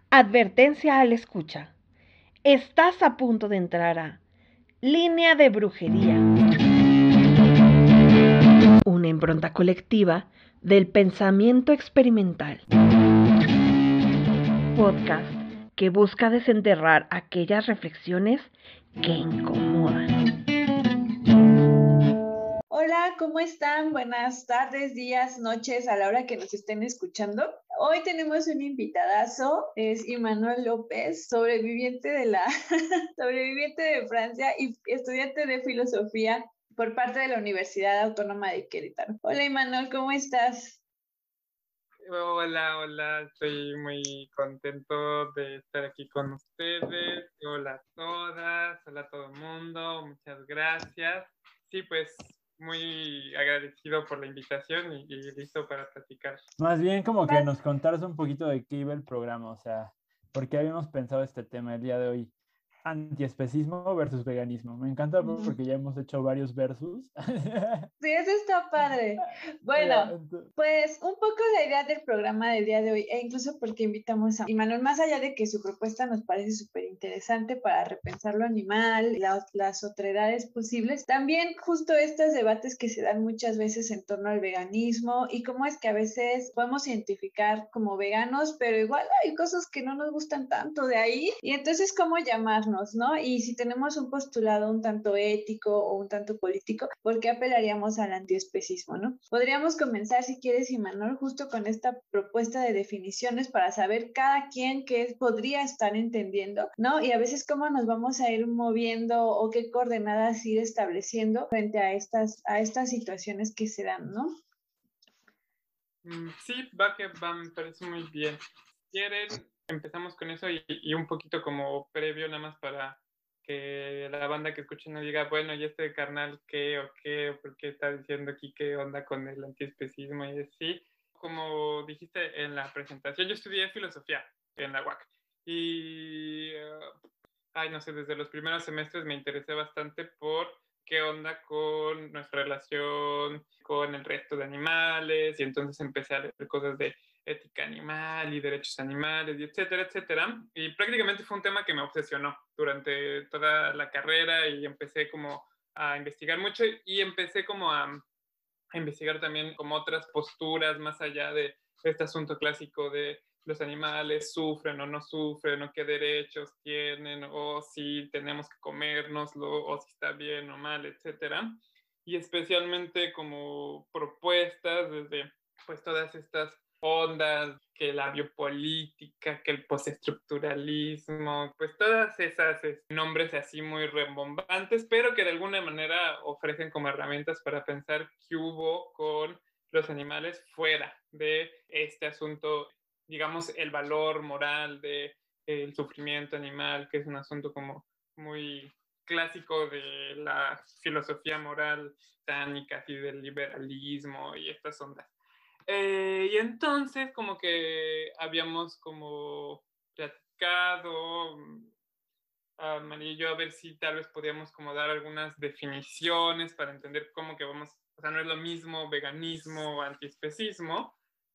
Advertencia al escucha. Estás a punto de entrar a Línea de Brujería, una impronta colectiva del pensamiento experimental. Podcast que busca desenterrar aquellas reflexiones que incomodan. Hola, ¿cómo están? Buenas tardes, días, noches, a la hora que nos estén escuchando. Hoy tenemos un invitadazo, es Immanuel López, sobreviviente sobreviviente de Francia y estudiante de filosofía por parte de la Universidad Autónoma de Querétaro. Hola, Immanuel, ¿cómo estás? Hola, estoy muy contento de estar aquí con ustedes. Hola a todas, hola a todo el mundo, muchas gracias. Sí, pues muy agradecido por la invitación y listo para platicar. Más bien como que nos contaras un poquito de qué iba el programa, o sea, por qué habíamos pensado este tema el día de hoy. Antiespecismo versus veganismo. Me encanta porque ya hemos hecho varios versus. Sí, eso está padre. Bueno, pues un poco la idea del programa del día de hoy, e incluso porque invitamos a Immanuel, más allá de que su propuesta nos parece súper interesante para repensar lo animal, las otredades posibles, también justo estos debates que se dan muchas veces en torno al veganismo y cómo es que a veces podemos identificar como veganos, pero igual hay cosas que no nos gustan tanto de ahí, y entonces cómo llamarnos, ¿no? Y si tenemos un postulado un tanto ético o un tanto político, ¿por qué apelaríamos al antiespecismo, no? Podríamos comenzar, si quieres, Immanuel, justo con esta propuesta de definiciones para saber cada quien qué podría estar entendiendo, ¿no? Y a veces cómo nos vamos a ir moviendo o qué coordenadas ir estableciendo frente a estas situaciones que se dan, ¿no? Sí, me parece muy bien. ¿Quieren? Empezamos con eso y un poquito como previo nada más para que la banda que escuche no diga, bueno, ¿y este carnal qué o qué? ¿O por qué está diciendo aquí qué onda con el antiespecismo? Y así, como dijiste en la presentación, yo estudié filosofía en la UAC y, no sé, desde los primeros semestres me interesé bastante por qué onda con nuestra relación con el resto de animales, y entonces empecé a leer cosas de ética animal y derechos animales, y etcétera, etcétera. Y prácticamente fue un tema que me obsesionó durante toda la carrera y empecé como a investigar mucho y empecé como a investigar también como otras posturas más allá de este asunto clásico de los animales sufren o no sufren, o qué derechos tienen, o si tenemos que comérnoslo, o si está bien o mal, etcétera. Y especialmente como propuestas desde pues todas estas ondas, que la biopolítica, que el postestructuralismo, pues todas esas nombres así muy rebombantes, pero que de alguna manera ofrecen como herramientas para pensar qué hubo con los animales fuera de este asunto, digamos, el valor moral de el sufrimiento animal, que es un asunto como muy clásico de la filosofía moral tánica, así del liberalismo y estas ondas. Y entonces como que habíamos como platicado, María y yo, a ver si tal vez podíamos como dar algunas definiciones para entender cómo que vamos, o sea, no es lo mismo veganismo o antiespecismo.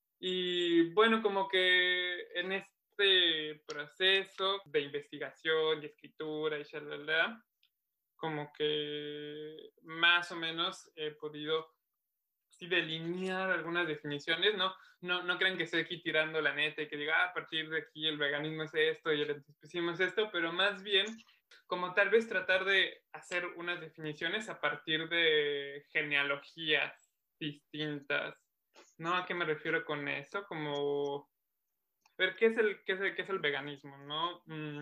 Y bueno, como que en este proceso de investigación y escritura y shalala, como que más o menos he podido sí delinear algunas definiciones, no crean que estoy aquí tirando la neta y que diga, a partir de aquí el veganismo es esto y el antiespecismo es esto, pero más bien como tal vez tratar de hacer unas definiciones a partir de genealogías distintas, ¿no? ¿A qué me refiero con eso? Como ver qué es el veganismo, ¿no?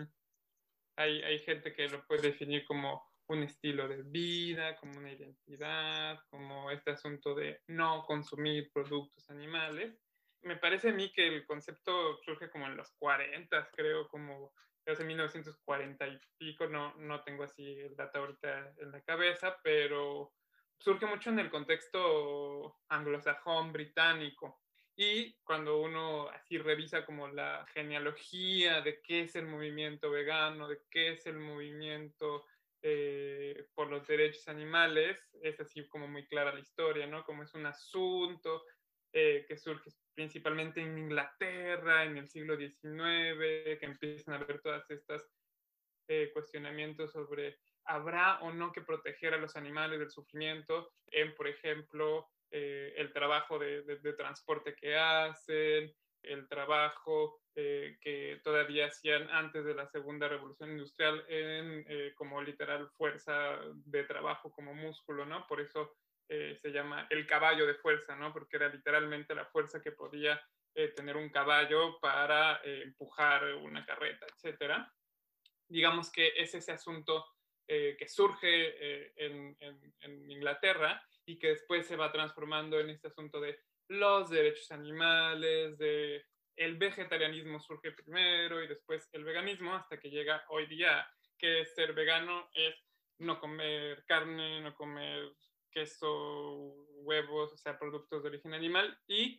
Hay gente que lo puede definir como un estilo de vida, como una identidad, como este asunto de no consumir productos animales. Me parece a mí que el concepto surge como en los 40, creo, como hace 1940 y pico, no tengo así el dato ahorita en la cabeza, pero surge mucho en el contexto anglosajón británico. Y cuando uno así revisa como la genealogía de qué es el movimiento vegano, de qué es el movimiento por los derechos animales, es así como muy clara la historia, ¿no? Como es un asunto que surge principalmente en Inglaterra, en el siglo XIX, que empiezan a haber todas estas cuestionamientos sobre habrá o no que proteger a los animales del sufrimiento en, por ejemplo, el trabajo de transporte que hacen, el trabajo que todavía hacían antes de la Segunda Revolución Industrial en como literal fuerza de trabajo, como músculo, ¿no? Por eso se llama el caballo de fuerza, ¿no? Porque era literalmente la fuerza que podía tener un caballo para empujar una carreta, etcétera. Digamos que es ese asunto que surge en Inglaterra y que después se va transformando en este asunto de los derechos animales, de el vegetarianismo surge primero y después el veganismo, hasta que llega hoy día que ser vegano es no comer carne, no comer queso, huevos, o sea, productos de origen animal, y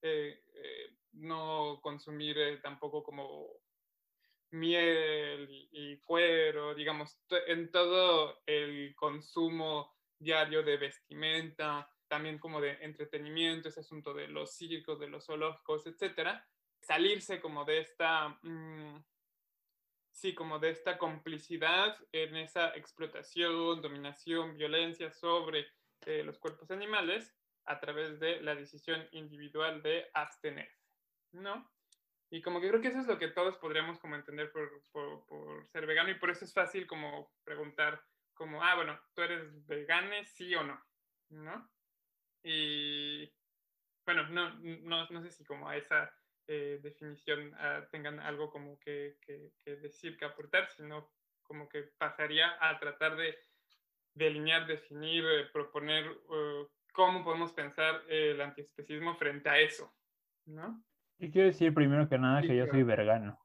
no consumir tampoco como miel y cuero, digamos, en todo el consumo diario de vestimenta, también como de entretenimiento, ese asunto de los circos, de los zoológicos, etcétera, salirse como de esta, sí, como de esta complicidad en esa explotación, dominación, violencia sobre los cuerpos animales a través de la decisión individual de abstenerse, ¿no? Y como que creo que eso es lo que todos podríamos como entender por ser vegano, y por eso es fácil como preguntar como, bueno, ¿tú eres vegane, sí o no? ¿No? Y bueno, no sé si como a esa definición tengan algo como que decir, que aportar, sino como que pasaría a tratar de delinear, definir, proponer cómo podemos pensar el antiespecismo frente a eso, ¿no? Yo quiero decir primero que nada Sí, que yo soy claro. vegano.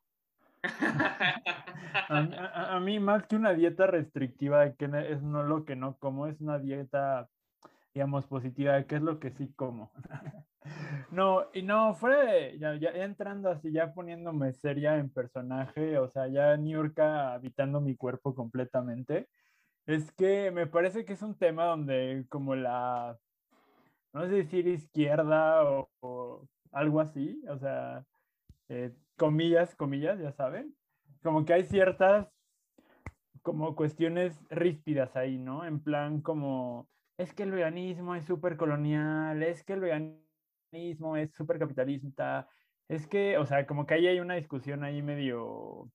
A mí más que una dieta restrictiva, que es no lo que no como, es una dieta, digamos, positiva, que es lo que sí como. No, y no, fuera de, ya entrando así, ya poniéndome seria en personaje, o sea, ya Niurka habitando mi cuerpo completamente, es que me parece que es un tema donde como no sé decir izquierda o algo así, o sea, comillas, comillas, ya saben, como que hay ciertas como cuestiones ríspidas ahí, ¿no? En plan como, es que el veganismo es súper colonial, es que el veganismo es súper capitalista, es que, o sea, como que ahí hay una discusión ahí medio...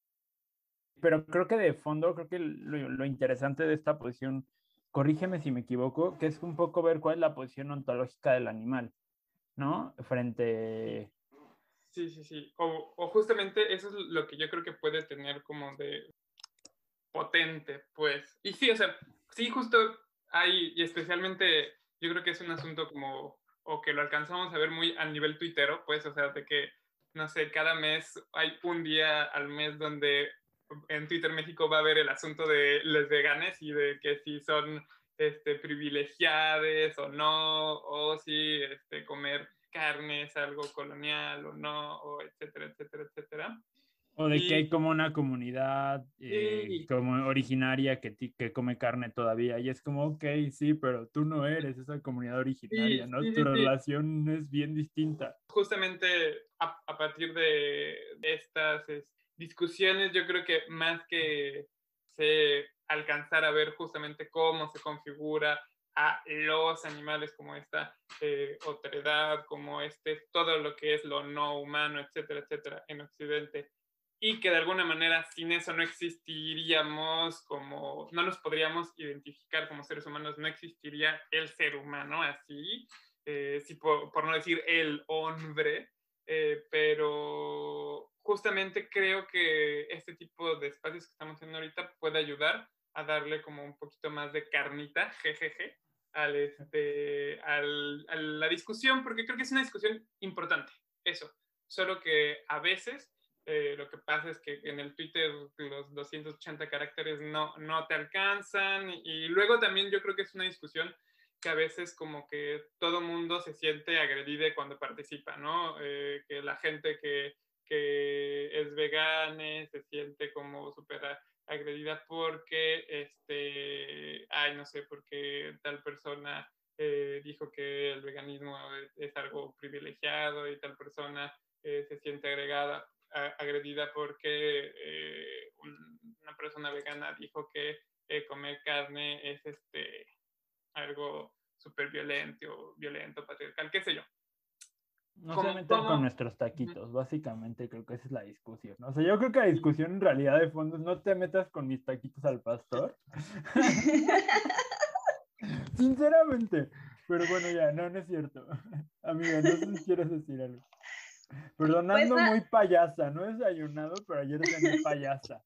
Pero creo que de fondo, creo que lo interesante de esta posición, corrígeme si me equivoco, que es un poco ver cuál es la posición ontológica del animal, ¿no? Frente... Sí, sí, sí. O justamente eso es lo que yo creo que puede tener como de potente, pues. Y sí, o sea, sí, justo hay, y especialmente yo creo que es un asunto como, o que lo alcanzamos a ver muy a nivel tuitero, pues, o sea, de que, no sé, cada mes hay un día al mes donde en Twitter México va a haber el asunto de los veganes y de que si son privilegiadas o no, o si comer carne es algo colonial o no, o etcétera, etcétera, etcétera. O de que Y, hay como una comunidad y como originaria que come carne todavía. Y es como, ok, sí, pero tú no eres esa comunidad sí, originaria, ¿no? sí, Tu sí, sí. relación es bien distinta. Justamente a partir de estas discusiones, yo creo que más que se alcanzar a ver justamente cómo se configura a los animales como esta otredad, como todo lo que es lo no humano, etcétera, etcétera, en Occidente, y que de alguna manera sin eso no existiríamos como, no nos podríamos identificar como seres humanos, no existiría el ser humano así, sí, por no decir el hombre, pero justamente creo que este tipo de espacios que estamos haciendo ahorita puede ayudar a darle como un poquito más de carnita, jejeje, a la discusión, porque creo que es una discusión importante, eso, solo que a veces lo que pasa es que en el Twitter los 280 caracteres no te alcanzan, y luego también yo creo que es una discusión que a veces como que todo mundo se siente agredido cuando participa, ¿no? Que la gente que es vegana se siente como súper agredida porque, ay, no sé, porque tal persona dijo que el veganismo es algo privilegiado y tal persona se siente agredida porque una persona vegana dijo que comer carne es algo súper violento, patriarcal, qué sé yo. No se metan con nuestros taquitos, básicamente creo que esa es la discusión, ¿no? O sea, yo creo que la discusión en realidad de fondo es no te metas con mis taquitos al pastor. Sinceramente. Pero bueno, ya, no es cierto. Amiga, no sé si quieres decir algo. Pues Perdonando muy payasa, no he desayunado, pero ayer cené payasa.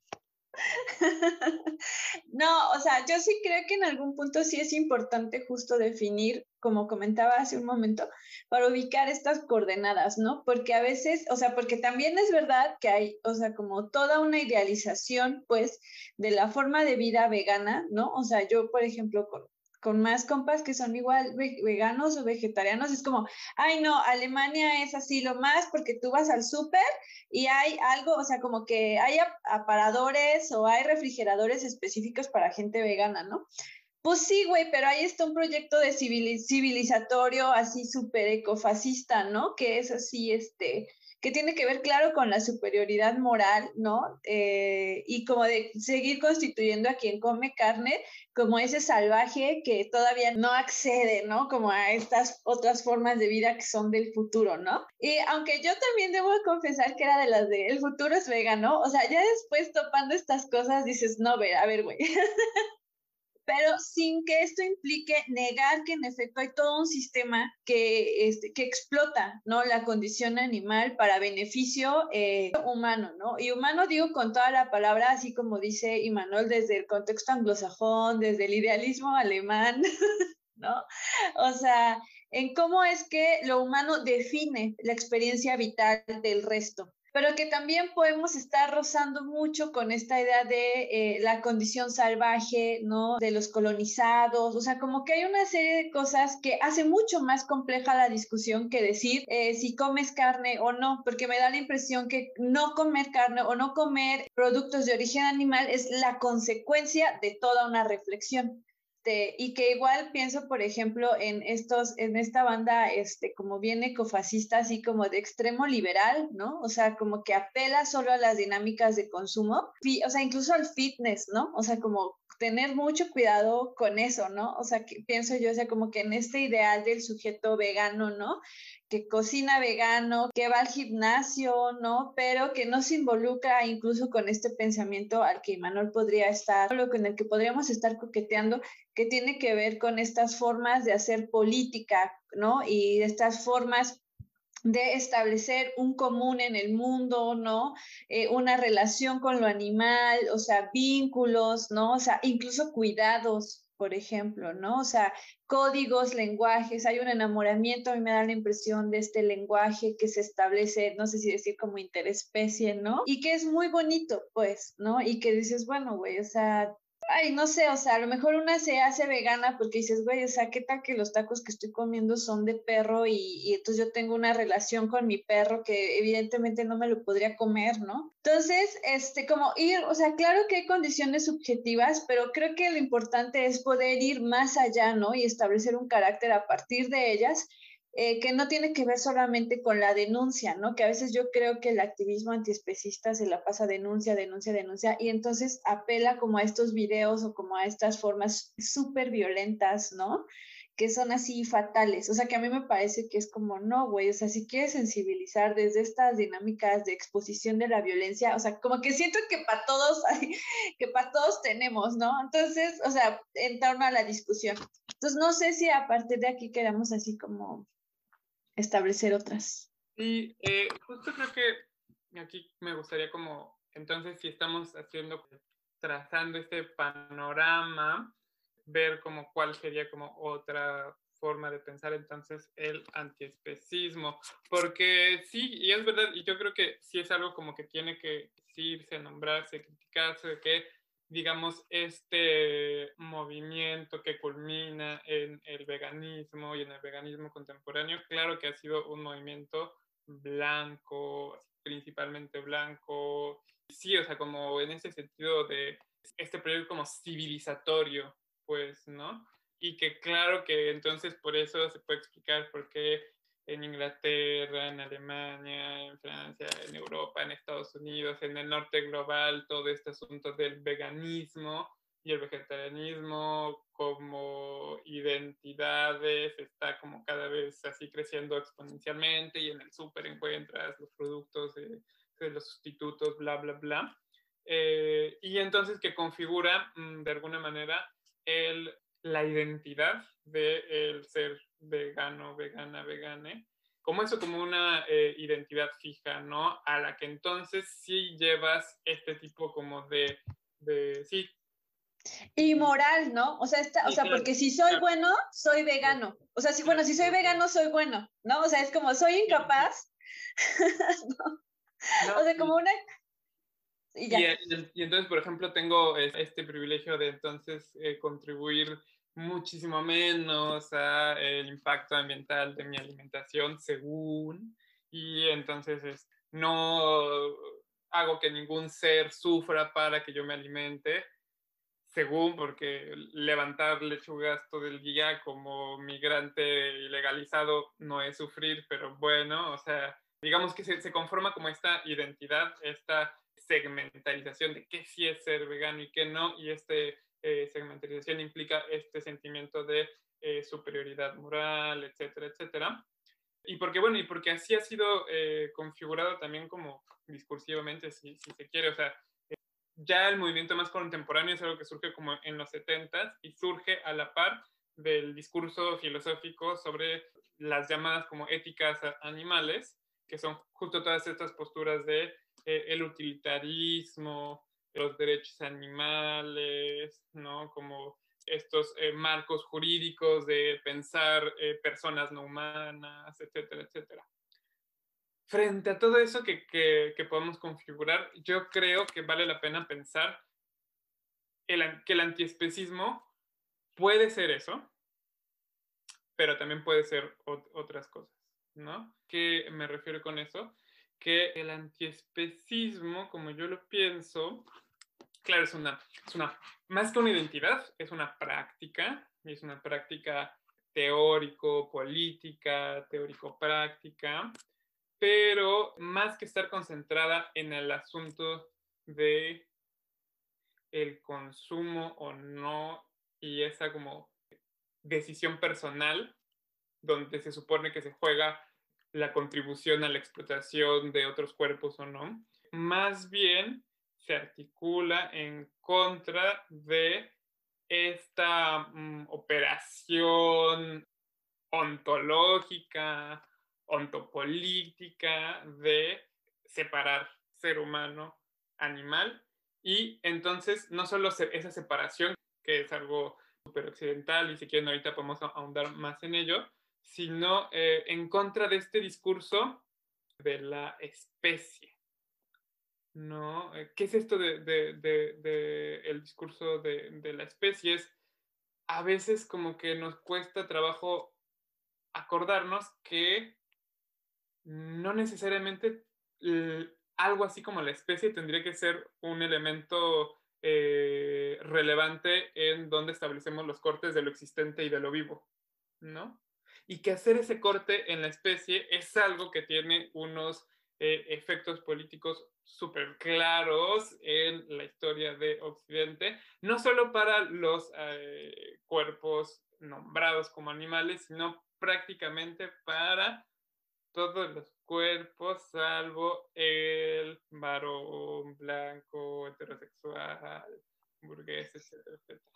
No, o sea, yo sí creo que en algún punto sí es importante justo definir, como comentaba hace un momento, para ubicar estas coordenadas, ¿no? Porque a veces, o sea, porque también es verdad que hay, o sea, como toda una idealización, pues, de la forma de vida vegana, ¿no? O sea, yo, por ejemplo, con más compas que son igual veganos o vegetarianos, es como, ay, no, Alemania es así lo más porque tú vas al súper y hay algo, o sea, como que hay aparadores o hay refrigeradores específicos para gente vegana, ¿no? Pues sí, güey, pero ahí está un proyecto de civilizatorio así súper ecofascista, ¿no? Que es así, que tiene que ver, claro, con la superioridad moral, ¿no? Y como de seguir constituyendo a quien come carne como ese salvaje que todavía no accede, ¿no? Como a estas otras formas de vida que son del futuro, ¿no? Y aunque yo también debo confesar que era de las de el futuro es vegano, o sea, ya después topando estas cosas dices, no, a ver, güey. Pero sin que esto implique negar que en efecto hay todo un sistema que explota, ¿no? La condición animal para beneficio humano, ¿no? Y humano digo con toda la palabra, así como dice Imanol, desde el contexto anglosajón, desde el idealismo alemán, ¿no? O sea, en cómo es que lo humano define la experiencia vital del resto, pero que también podemos estar rozando mucho con esta idea de la condición salvaje, ¿no? De los colonizados, o sea, como que hay una serie de cosas que hace mucho más compleja la discusión que decir si comes carne o no, porque me da la impresión que no comer carne o no comer productos de origen animal es la consecuencia de toda una reflexión. Y que igual pienso, por ejemplo, en esta banda, como bien ecofascista, así como de extremo liberal, ¿no? O sea, como que apela solo a las dinámicas de consumo, o sea, incluso al fitness, ¿no? O sea, como tener mucho cuidado con eso, ¿no? O sea, que pienso yo, o sea, como que en este ideal del sujeto vegano, ¿no? Que cocina vegano, que va al gimnasio, ¿no? Pero que no se involucra incluso con este pensamiento al que Imanol podría estar, lo con el que podríamos estar coqueteando, que tiene que ver con estas formas de hacer política, ¿no? Y estas formas de establecer un común en el mundo, ¿no? Una relación con lo animal, o sea, vínculos, ¿no? O sea, incluso cuidados, por ejemplo, ¿no? O sea, códigos, lenguajes, hay un enamoramiento, a mí me da la impresión de este lenguaje que se establece, no sé si decir como interespecie, ¿no? Y que es muy bonito, pues, ¿no? Y que dices, bueno, güey, o sea, ay, no sé, o sea, a lo mejor una se hace vegana porque dices, güey, o sea, ¿qué tal que los tacos que estoy comiendo son de perro y entonces yo tengo una relación con mi perro que evidentemente no me lo podría comer, ¿no? Entonces, como ir, o sea, claro que hay condiciones subjetivas, pero creo que lo importante es poder ir más allá, ¿no? Y establecer un carácter a partir de ellas que no tiene que ver solamente con la denuncia, ¿no? Que a veces yo creo que el activismo antiespecista se la pasa denuncia, denuncia, denuncia, y entonces apela como a estos videos o como a estas formas súper violentas, ¿no? Que son así fatales. O sea, que a mí me parece que es como, no, güey, o sea, si quieres sensibilizar desde estas dinámicas de exposición de la violencia, o sea, como que siento que para todos, que para todos tenemos, ¿no? Entonces, o sea, en torno a la discusión. Entonces, no sé si a partir de aquí queramos así como establecer otras. Sí, justo creo que aquí me gustaría como, entonces si estamos trazando este panorama, ver como cuál sería como otra forma de pensar entonces el antiespecismo, porque sí, y es verdad, y yo creo que sí es algo como que tiene que decirse, nombrarse, criticarse, de que digamos, este movimiento que culmina en el veganismo y en el veganismo contemporáneo, claro que ha sido un movimiento blanco, principalmente blanco. Sí, o sea, como en ese sentido de este periodo como civilizatorio, pues, ¿no? y que claro que entonces por eso se puede explicar por qué en Inglaterra, en Alemania, en Francia, en Europa, en Estados Unidos, en el norte global, todo este asunto del veganismo y el vegetarianismo como identidades está como cada vez así creciendo exponencialmente, y en el súper encuentras los productos de los sustitutos, bla, bla, bla. Y entonces que configura de alguna manera la identidad del ser vegano, vegana, vegane, como eso, como una identidad fija, ¿no? A la que entonces sí llevas este tipo como sí. Y moral, ¿no? O sea, Sí, claro, porque si soy claro. bueno, soy vegano. O sea, si, bueno, si soy vegano, soy bueno, ¿no? O sea, es como soy incapaz. ¿No? No, O sea, como una... Y ya. Y entonces, por ejemplo, tengo este privilegio de entonces contribuir muchísimo menos a el impacto ambiental de mi alimentación, según, y entonces no hago que ningún ser sufra para que yo me alimente, según, porque levantar lechugas todo el día como migrante ilegalizado no es sufrir, pero bueno, o sea, digamos que se conforma como esta identidad, esta segmentalización de qué sí es ser vegano y qué no, y esta segmentalización implica este sentimiento de superioridad moral, etcétera, etcétera. Y porque, bueno, y porque así ha sido configurado también como discursivamente, si se quiere, o sea, ya el movimiento más contemporáneo es algo que surge como en los 70s y surge a la par del discurso filosófico sobre las llamadas como éticas animales, que son justo todas estas posturas de el utilitarismo, los derechos animales, ¿no? Como estos marcos jurídicos de pensar personas no humanas, etcétera, etcétera. Frente a todo eso que podemos configurar, yo creo que vale la pena pensar que el antiespecismo puede ser eso, pero también puede ser otras cosas, ¿no? ¿Qué me refiero con eso? Que el antiespecismo, como yo lo pienso, claro, es una más que una identidad, es una práctica, y es una práctica teórico-política, teórico-práctica, pero más que estar concentrada en el asunto de el consumo o no, y esa como decisión personal donde se supone que se juega la contribución a la explotación de otros cuerpos o no, más bien se articula en contra de esta operación ontológica, ontopolítica de separar ser humano, animal, y entonces no solo esa separación, que es algo súper occidental, y si quieren ahorita podemos ahondar más en ello, sino en contra de este discurso de la especie, ¿no? ¿Qué es esto de el discurso de la especie? Es a veces como que nos cuesta trabajo acordarnos que no necesariamente algo así como la especie tendría que ser un elemento relevante en donde establecemos los cortes de lo existente y de lo vivo, ¿no? Y que hacer ese corte en la especie es algo que tiene unos efectos políticos súper claros en la historia de Occidente, no solo para los cuerpos nombrados como animales, sino prácticamente para todos los cuerpos, salvo el varón blanco, heterosexual, burgués, etcétera, etcétera.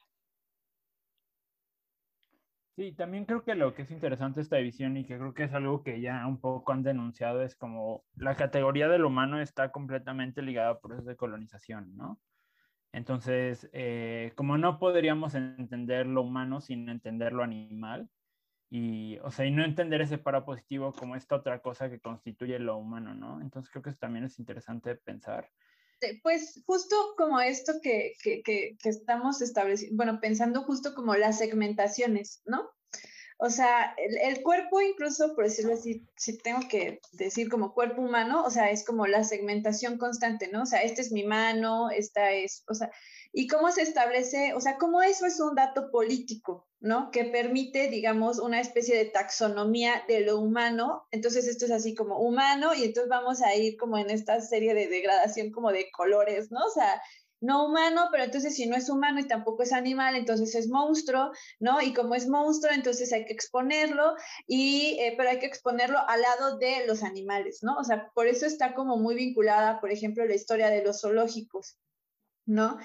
Sí, también creo que lo que es interesante esta división y que creo que es algo que ya un poco han denunciado es como la categoría del humano está completamente ligada a procesos de colonización, ¿no? Entonces, como no podríamos entender lo humano sin entender lo animal, y, o sea, y no entender ese parapositivo como esta otra cosa que constituye lo humano, ¿no? Entonces creo que eso también es interesante pensar. Pues justo como esto que estamos estableciendo, bueno, pensando justo como las segmentaciones, ¿no? O sea, el cuerpo incluso, por decirlo así, si tengo que decir como cuerpo humano, o sea, es como la segmentación constante, ¿no? O sea, esta es mi mano, esta es, o sea, y cómo se establece, o sea, cómo eso es un dato político, ¿no? Que permite, digamos, una especie de taxonomía de lo humano. Entonces, esto es así como humano, y entonces vamos a ir como en esta serie de degradación como de colores, ¿no? O sea, no humano, pero entonces si no es humano y tampoco es animal, entonces es monstruo, ¿no? Y como es monstruo, entonces hay que exponerlo, pero hay que exponerlo al lado de los animales, ¿no? O sea, por eso está como muy vinculada, por ejemplo, la historia de los zoológicos, ¿no?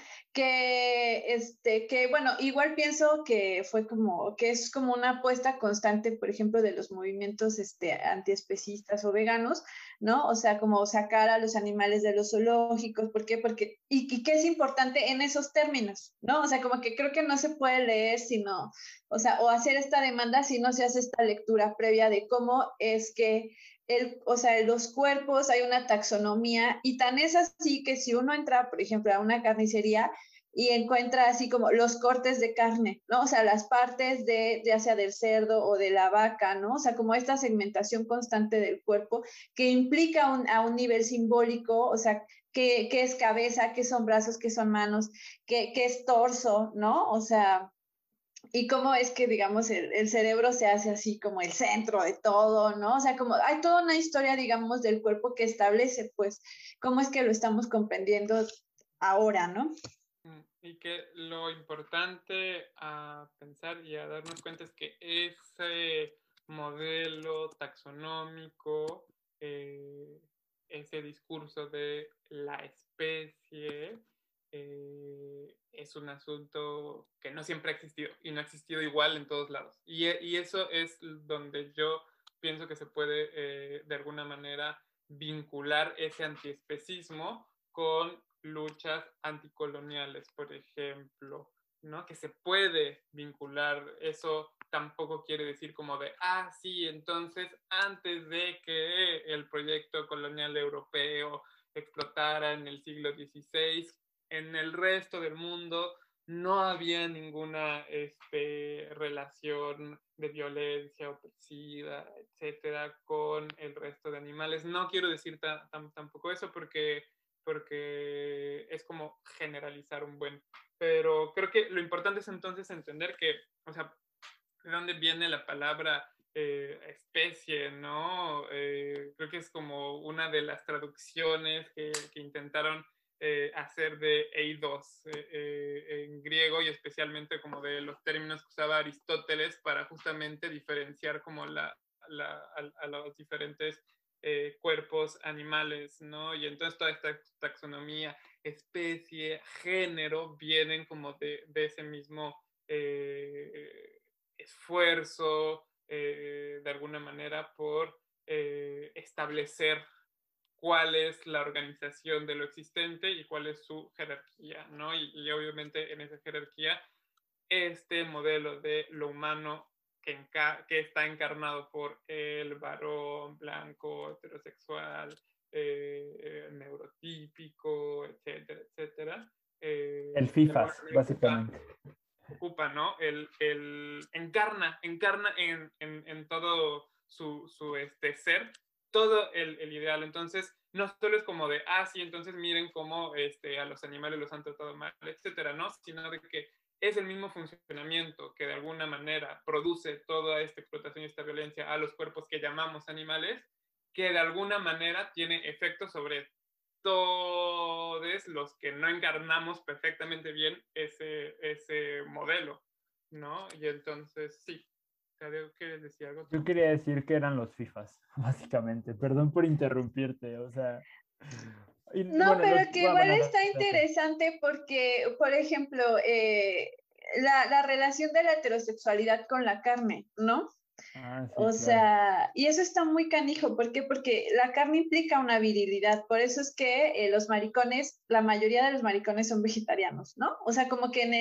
Que bueno, igual pienso que fue como, que es como una apuesta constante, por ejemplo, de los movimientos antiespecistas o veganos, ¿no? O sea, como sacar a los animales de los zoológicos, ¿por qué? Porque, y que es importante en esos términos, ¿no? O sea, como que creo que no se puede leer sino, o sea, o hacer esta demanda si no se hace esta lectura previa de cómo es que o sea, en los cuerpos hay una taxonomía, y tan es así que si uno entra, por ejemplo, a una carnicería y encuentra así como los cortes de carne, ¿no? O sea, las partes ya sea del cerdo o de la vaca, ¿no? O sea, como esta segmentación constante del cuerpo que implica a un nivel simbólico, o sea, qué es cabeza, qué son brazos, qué son manos, qué es torso, ¿no? O sea, y cómo es que, digamos, el cerebro se hace así como el centro de todo, ¿no? O sea, como hay toda una historia, digamos, del cuerpo que establece, pues, cómo es que lo estamos comprendiendo ahora, ¿no? Y que lo importante a pensar y a darnos cuenta es que ese modelo taxonómico, ese discurso de la especie, es un asunto que no siempre ha existido y no ha existido igual en todos lados. Y eso es donde yo pienso que se puede de alguna manera vincular ese antiespecismo con luchas anticoloniales, por ejemplo, ¿no? Que se puede vincular. Eso tampoco quiere decir como de, sí, entonces antes de que el proyecto colonial europeo explotara en el siglo XVI, en el resto del mundo no había ninguna relación de violencia opresiva, etcétera, con el resto de animales. No quiero decir tampoco eso porque es como generalizar un buen. Pero creo que lo importante es entonces entender que, o sea, de dónde viene la palabra especie, ¿no? Creo que es como una de las traducciones que intentaron hacer de eidos en griego, y especialmente como de los términos que usaba Aristóteles para justamente diferenciar como a los diferentes cuerpos animales, ¿no? Y entonces toda esta taxonomía, especie, género, vienen como de ese mismo esfuerzo, de alguna manera, por establecer cuál es la organización de lo existente y cuál es su jerarquía, ¿no? Y obviamente en esa jerarquía, este modelo de lo humano que está encarnado por el varón blanco, heterosexual, neurotípico, etcétera, etcétera. El FIFAs, básicamente. Ocupa, ¿no? Encarna en todo su ser, todo el ideal. Entonces, no solo es como de, sí, entonces miren cómo a los animales los han tratado mal, etcétera, ¿no? Sino de que es el mismo funcionamiento que de alguna manera produce toda esta explotación y esta violencia a los cuerpos que llamamos animales, que de alguna manera tiene efectos sobre todos los que no encarnamos perfectamente bien ese modelo, ¿no? Y entonces, sí. ¿Quieres decir algo? Yo quería decir que eran los FIFAs, básicamente. Perdón por interrumpirte, o sea... No, bueno, pero que igual está interesante porque, por ejemplo, la relación de la heterosexualidad con la carne, ¿no? Sí, o sea, y eso está muy canijo. ¿Por qué? Porque la carne implica una virilidad. Por eso es que los maricones, la mayoría de los maricones son vegetarianos, ¿no? O sea, como que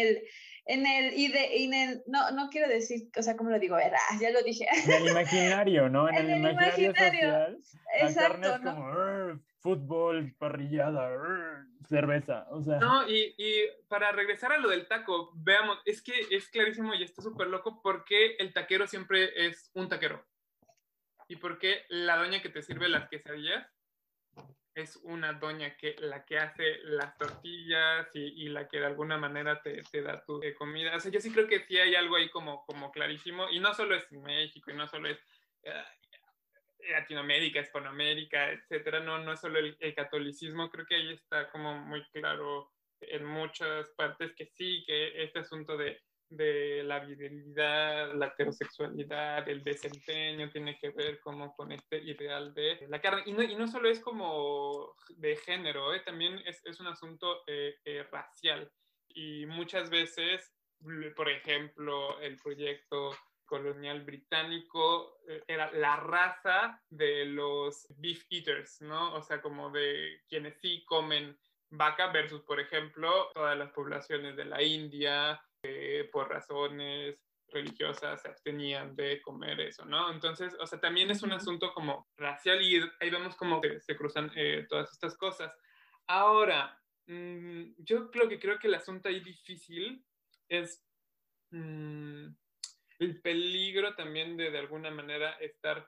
no quiero decir, o sea, ¿cómo lo digo? Ya lo dije. En el imaginario, ¿no? En el imaginario social, exacto, la carne es como, fútbol, parrillada, cerveza, o sea. No, y para regresar a lo del taco, veamos, es que es clarísimo y está súper loco porque el taquero siempre es un taquero. Y porque la doña que te sirve las quesadillas es una doña la que hace las tortillas y la que de alguna manera te da tu comida. O sea, yo sí creo que sí hay algo ahí como clarísimo, y no solo es en México, y no solo es Latinoamérica, Hispanoamérica, etcétera, no es solo el catolicismo, creo que ahí está como muy claro en muchas partes que sí, que este asunto de la virilidad, la heterosexualidad, el desempeño, tiene que ver como con este ideal de la carne. Y no solo es como de género, también es un asunto racial. Y muchas veces, por ejemplo, el proyecto colonial británico era la raza de los beef eaters, ¿no? O sea, como de quienes sí comen vaca versus, por ejemplo, todas las poblaciones de la India, por razones religiosas se abstenían de comer eso, ¿no? Entonces, o sea, también es un asunto como racial y ahí vemos cómo se cruzan todas estas cosas. Ahora, yo creo que el asunto ahí difícil es el peligro también de alguna manera estar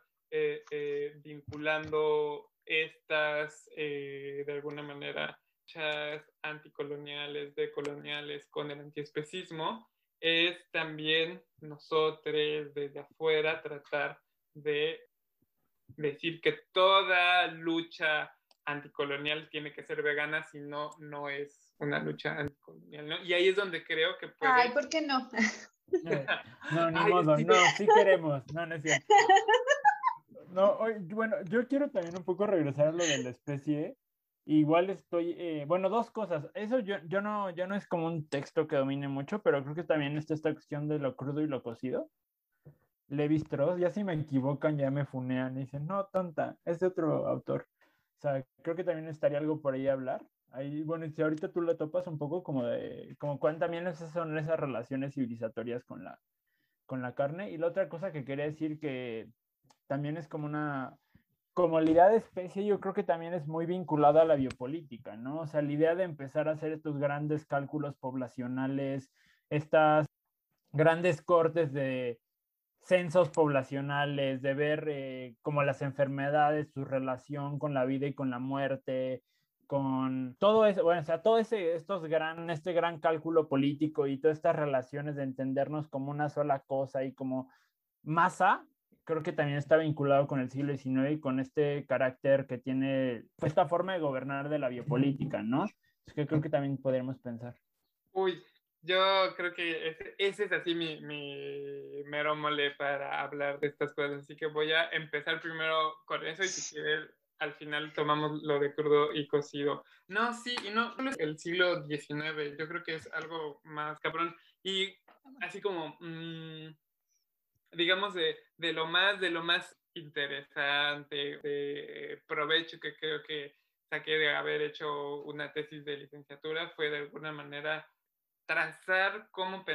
vinculando estas, de alguna manera, luchas anticoloniales, decoloniales con el antiespecismo, es también nosotros desde afuera tratar de decir que toda lucha anticolonial tiene que ser vegana, si no, no es una lucha anticolonial, ¿no? Y ahí es donde creo que puede... Ay, ¿por qué no? No, ni Ay, modo, sí. no, sí queremos, no, no es cierto. No, bueno, yo quiero también un poco regresar a lo de la especie. Igual estoy, bueno, dos cosas. Eso yo no, ya no es como un texto que domine mucho, pero creo que también está esta cuestión de lo crudo y lo cocido. Levi Strauss, ya si me equivocan, ya me funean y dicen, no, tonta, es de otro autor. O sea, creo que también estaría algo por ahí a hablar. Ahí, bueno, si ahorita tú le topas un poco como de, como cuán también esas son esas relaciones civilizatorias con la carne. Y la otra cosa que quería decir que también es como una, como la idea de especie, yo creo que también es muy vinculada a la biopolítica, ¿no? O sea, la idea de empezar a hacer estos grandes cálculos poblacionales, estas grandes cortes de censos poblacionales, de ver como las enfermedades, su relación con la vida y con la muerte, con todo eso, bueno, o sea, todo este gran cálculo político y todas estas relaciones de entendernos como una sola cosa y como masa, creo que también está vinculado con el siglo XIX y con este carácter que tiene pues, esta forma de gobernar de la biopolítica, ¿no? Es que creo que también podríamos pensar. Uy, yo creo que ese es así mi mero mole para hablar de estas cosas, así que voy a empezar primero con eso y si quieres al final tomamos lo de crudo y cocido. No, sí, y no solo es el siglo XIX, yo creo que es algo más cabrón y así como, digamos, de lo más interesante, de provecho que creo que saqué de haber hecho una tesis de licenciatura fue de alguna manera trazar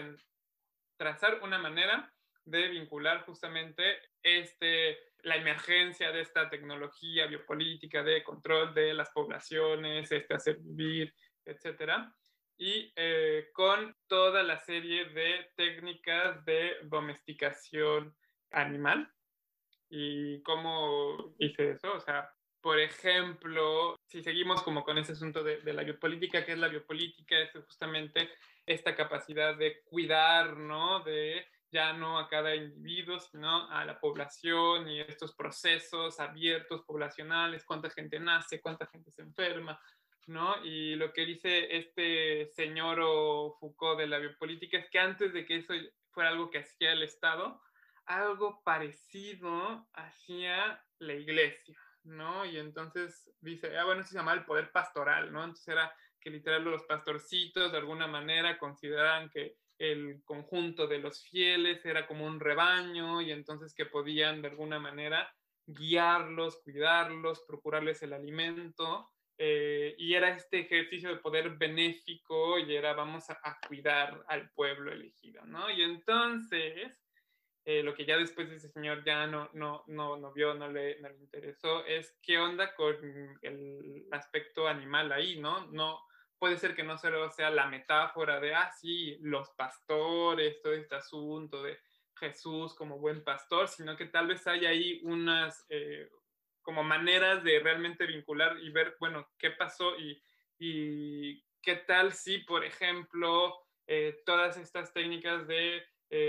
una manera de vincular justamente la emergencia de esta tecnología biopolítica de control de las poblaciones, hacer vivir, etcétera, y con toda la serie de técnicas de domesticación animal. ¿Y cómo hice eso? O sea, por ejemplo, si seguimos como con ese asunto de la biopolítica, ¿qué es la biopolítica? Es justamente esta capacidad de cuidar, ¿no? De ya no a cada individuo, sino a la población y estos procesos abiertos poblacionales, cuánta gente nace, cuánta gente se enferma, ¿no? Y lo que dice este señor Foucault de la biopolítica es que antes de que eso fuera algo que hacía el Estado, algo parecido hacía la iglesia, ¿no? Y entonces dice, bueno, eso se llama el poder pastoral, ¿no? Entonces era que literal los pastorcitos de alguna manera consideraban que el conjunto de los fieles era como un rebaño y entonces que podían de alguna manera guiarlos, cuidarlos, procurarles el alimento. Y era este ejercicio de poder benéfico y era vamos a cuidar al pueblo elegido, ¿no? Y entonces lo que ya después ese señor ya no vio, no le interesó, es qué onda con el aspecto animal ahí, ¿no? No puede ser que no solo sea la metáfora de, sí, los pastores, todo este asunto de Jesús como buen pastor, sino que tal vez hay ahí unas como maneras de realmente vincular y ver, bueno, qué pasó y qué tal si, por ejemplo, todas estas técnicas de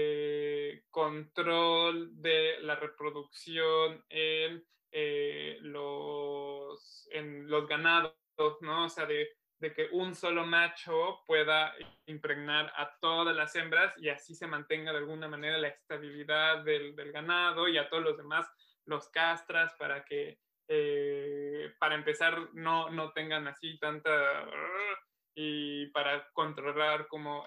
control de la reproducción en los ganados, ¿no? O sea, de que un solo macho pueda impregnar a todas las hembras y así se mantenga de alguna manera la estabilidad del ganado, y a todos los demás los castras para que para empezar no tengan así tanta y para controlar como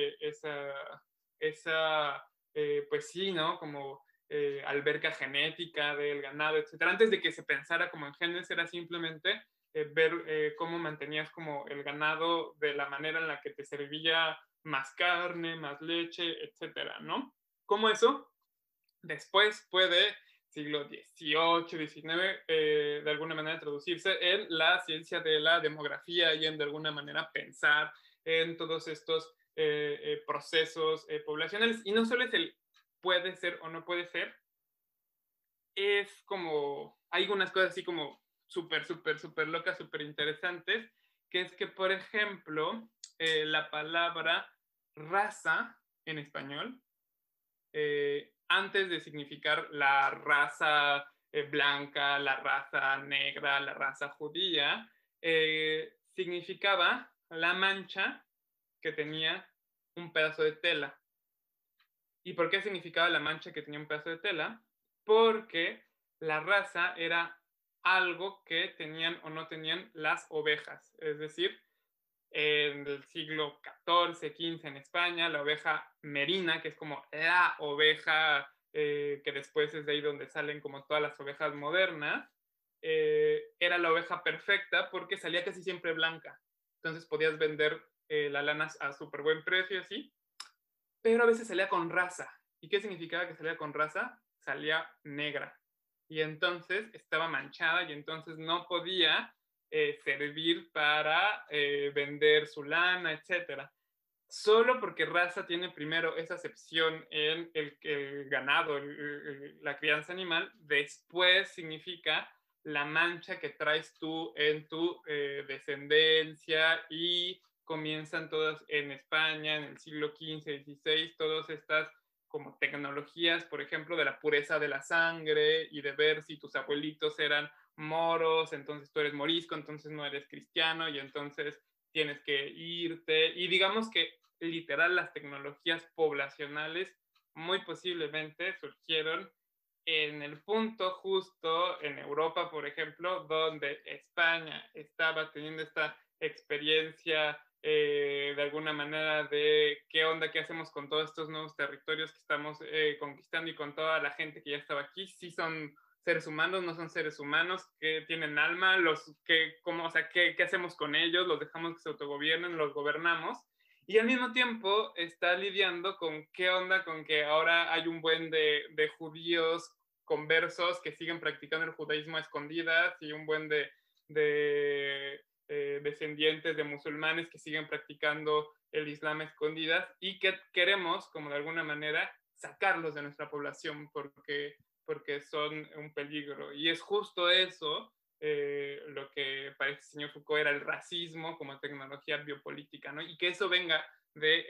esa pues sí, ¿no? Como alberca genética del ganado, etcétera. Antes de que se pensara como en genes, era simplemente ver cómo mantenías como el ganado de la manera en la que te servía más carne, más leche, etcétera, ¿no? Como eso después puede, siglo XVIII, XIX, de alguna manera traducirse en la ciencia de la demografía y en de alguna manera pensar en todos estos procesos poblacionales. Y no solo es el puede ser o no puede ser, es como, hay unas cosas así como súper locas, súper interesantes, que es que, por ejemplo, la palabra raza en español, antes de significar la raza blanca, la raza negra, la raza judía, significaba la mancha que tenía un pedazo de tela. ¿Y por qué significaba la mancha que tenía un pedazo de tela? Porque la raza era algo que tenían o no tenían las ovejas. Es decir, en el siglo XIV, XV en España, la oveja merina, que es como la oveja que después es de ahí donde salen como todas las ovejas modernas, era la oveja perfecta porque salía casi siempre blanca. Entonces podías vender la lana a súper buen precio, así, pero a veces salía con raza. ¿Y qué significaba que salía con raza? Salía negra. Y entonces estaba manchada y entonces no podía servir para vender su lana, etc. Solo porque raza tiene primero esa acepción en el ganado, la crianza animal, después significa la mancha que traes tú en tu descendencia, y comienzan todas en España en el siglo XV, XVI, todas estas como tecnologías, por ejemplo, de la pureza de la sangre y de ver si tus abuelitos eran moros, entonces tú eres morisco, entonces no eres cristiano y entonces tienes que irte. Y digamos que literal las tecnologías poblacionales muy posiblemente surgieron en el punto justo en Europa, por ejemplo, donde España estaba teniendo esta experiencia de alguna manera de qué onda, qué hacemos con todos estos nuevos territorios que estamos conquistando y con toda la gente que ya estaba aquí. Sí son seres humanos, no son seres humanos, que tienen alma, ¿qué hacemos con ellos? ¿Los dejamos que se autogobiernen? ¿Los gobernamos? Y al mismo tiempo está lidiando con qué onda con que ahora hay un buen de judíos conversos que siguen practicando el judaísmo a escondidas y un buen de descendientes de musulmanes que siguen practicando el islam a escondidas, y que queremos, como de alguna manera, sacarlos de nuestra población porque son un peligro. Y es justo eso lo que para este señor Foucault era el racismo como tecnología biopolítica, ¿no? Y que eso venga de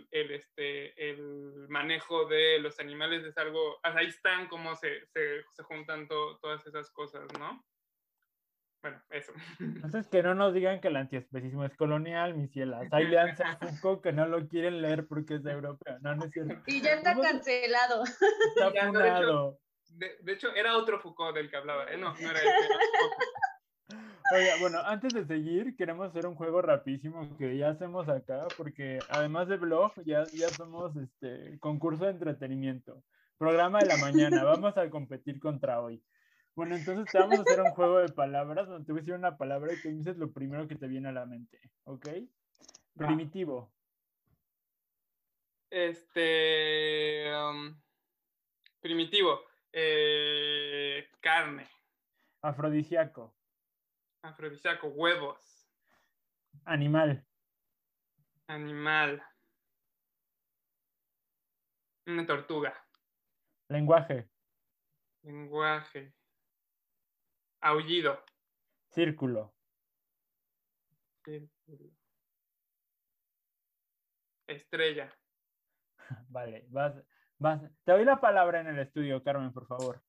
el manejo de los animales es algo, ahí están como se juntan todas esas cosas, ¿no? Bueno, eso. Entonces que no nos digan que el antiespecismo es colonial, mis cielas. Ahí leanse a Foucault que no lo quieren leer porque es europeo. No, no es cierto. Y ya está cancelado. Está funado. De hecho, era otro Foucault del que hablaba, ¿eh? No era ese, era otro. Oiga, bueno, antes de seguir, queremos hacer un juego rapidísimo que ya hacemos acá, porque además de blog, ya somos concurso de entretenimiento. Programa de la mañana, vamos a competir contra hoy. Bueno, entonces te vamos a hacer un juego de palabras donde te voy a decir una palabra y tú dices lo primero que te viene a la mente, ¿ok? Primitivo. Primitivo. Carne. Afrodisíaco. Afrodisíaco. Huevos. Animal. Animal. Una tortuga. Lenguaje. Lenguaje. Aullido. Círculo. Círculo. Estrella. Vale, vas. Te doy la palabra en el estudio, Carmen, por favor.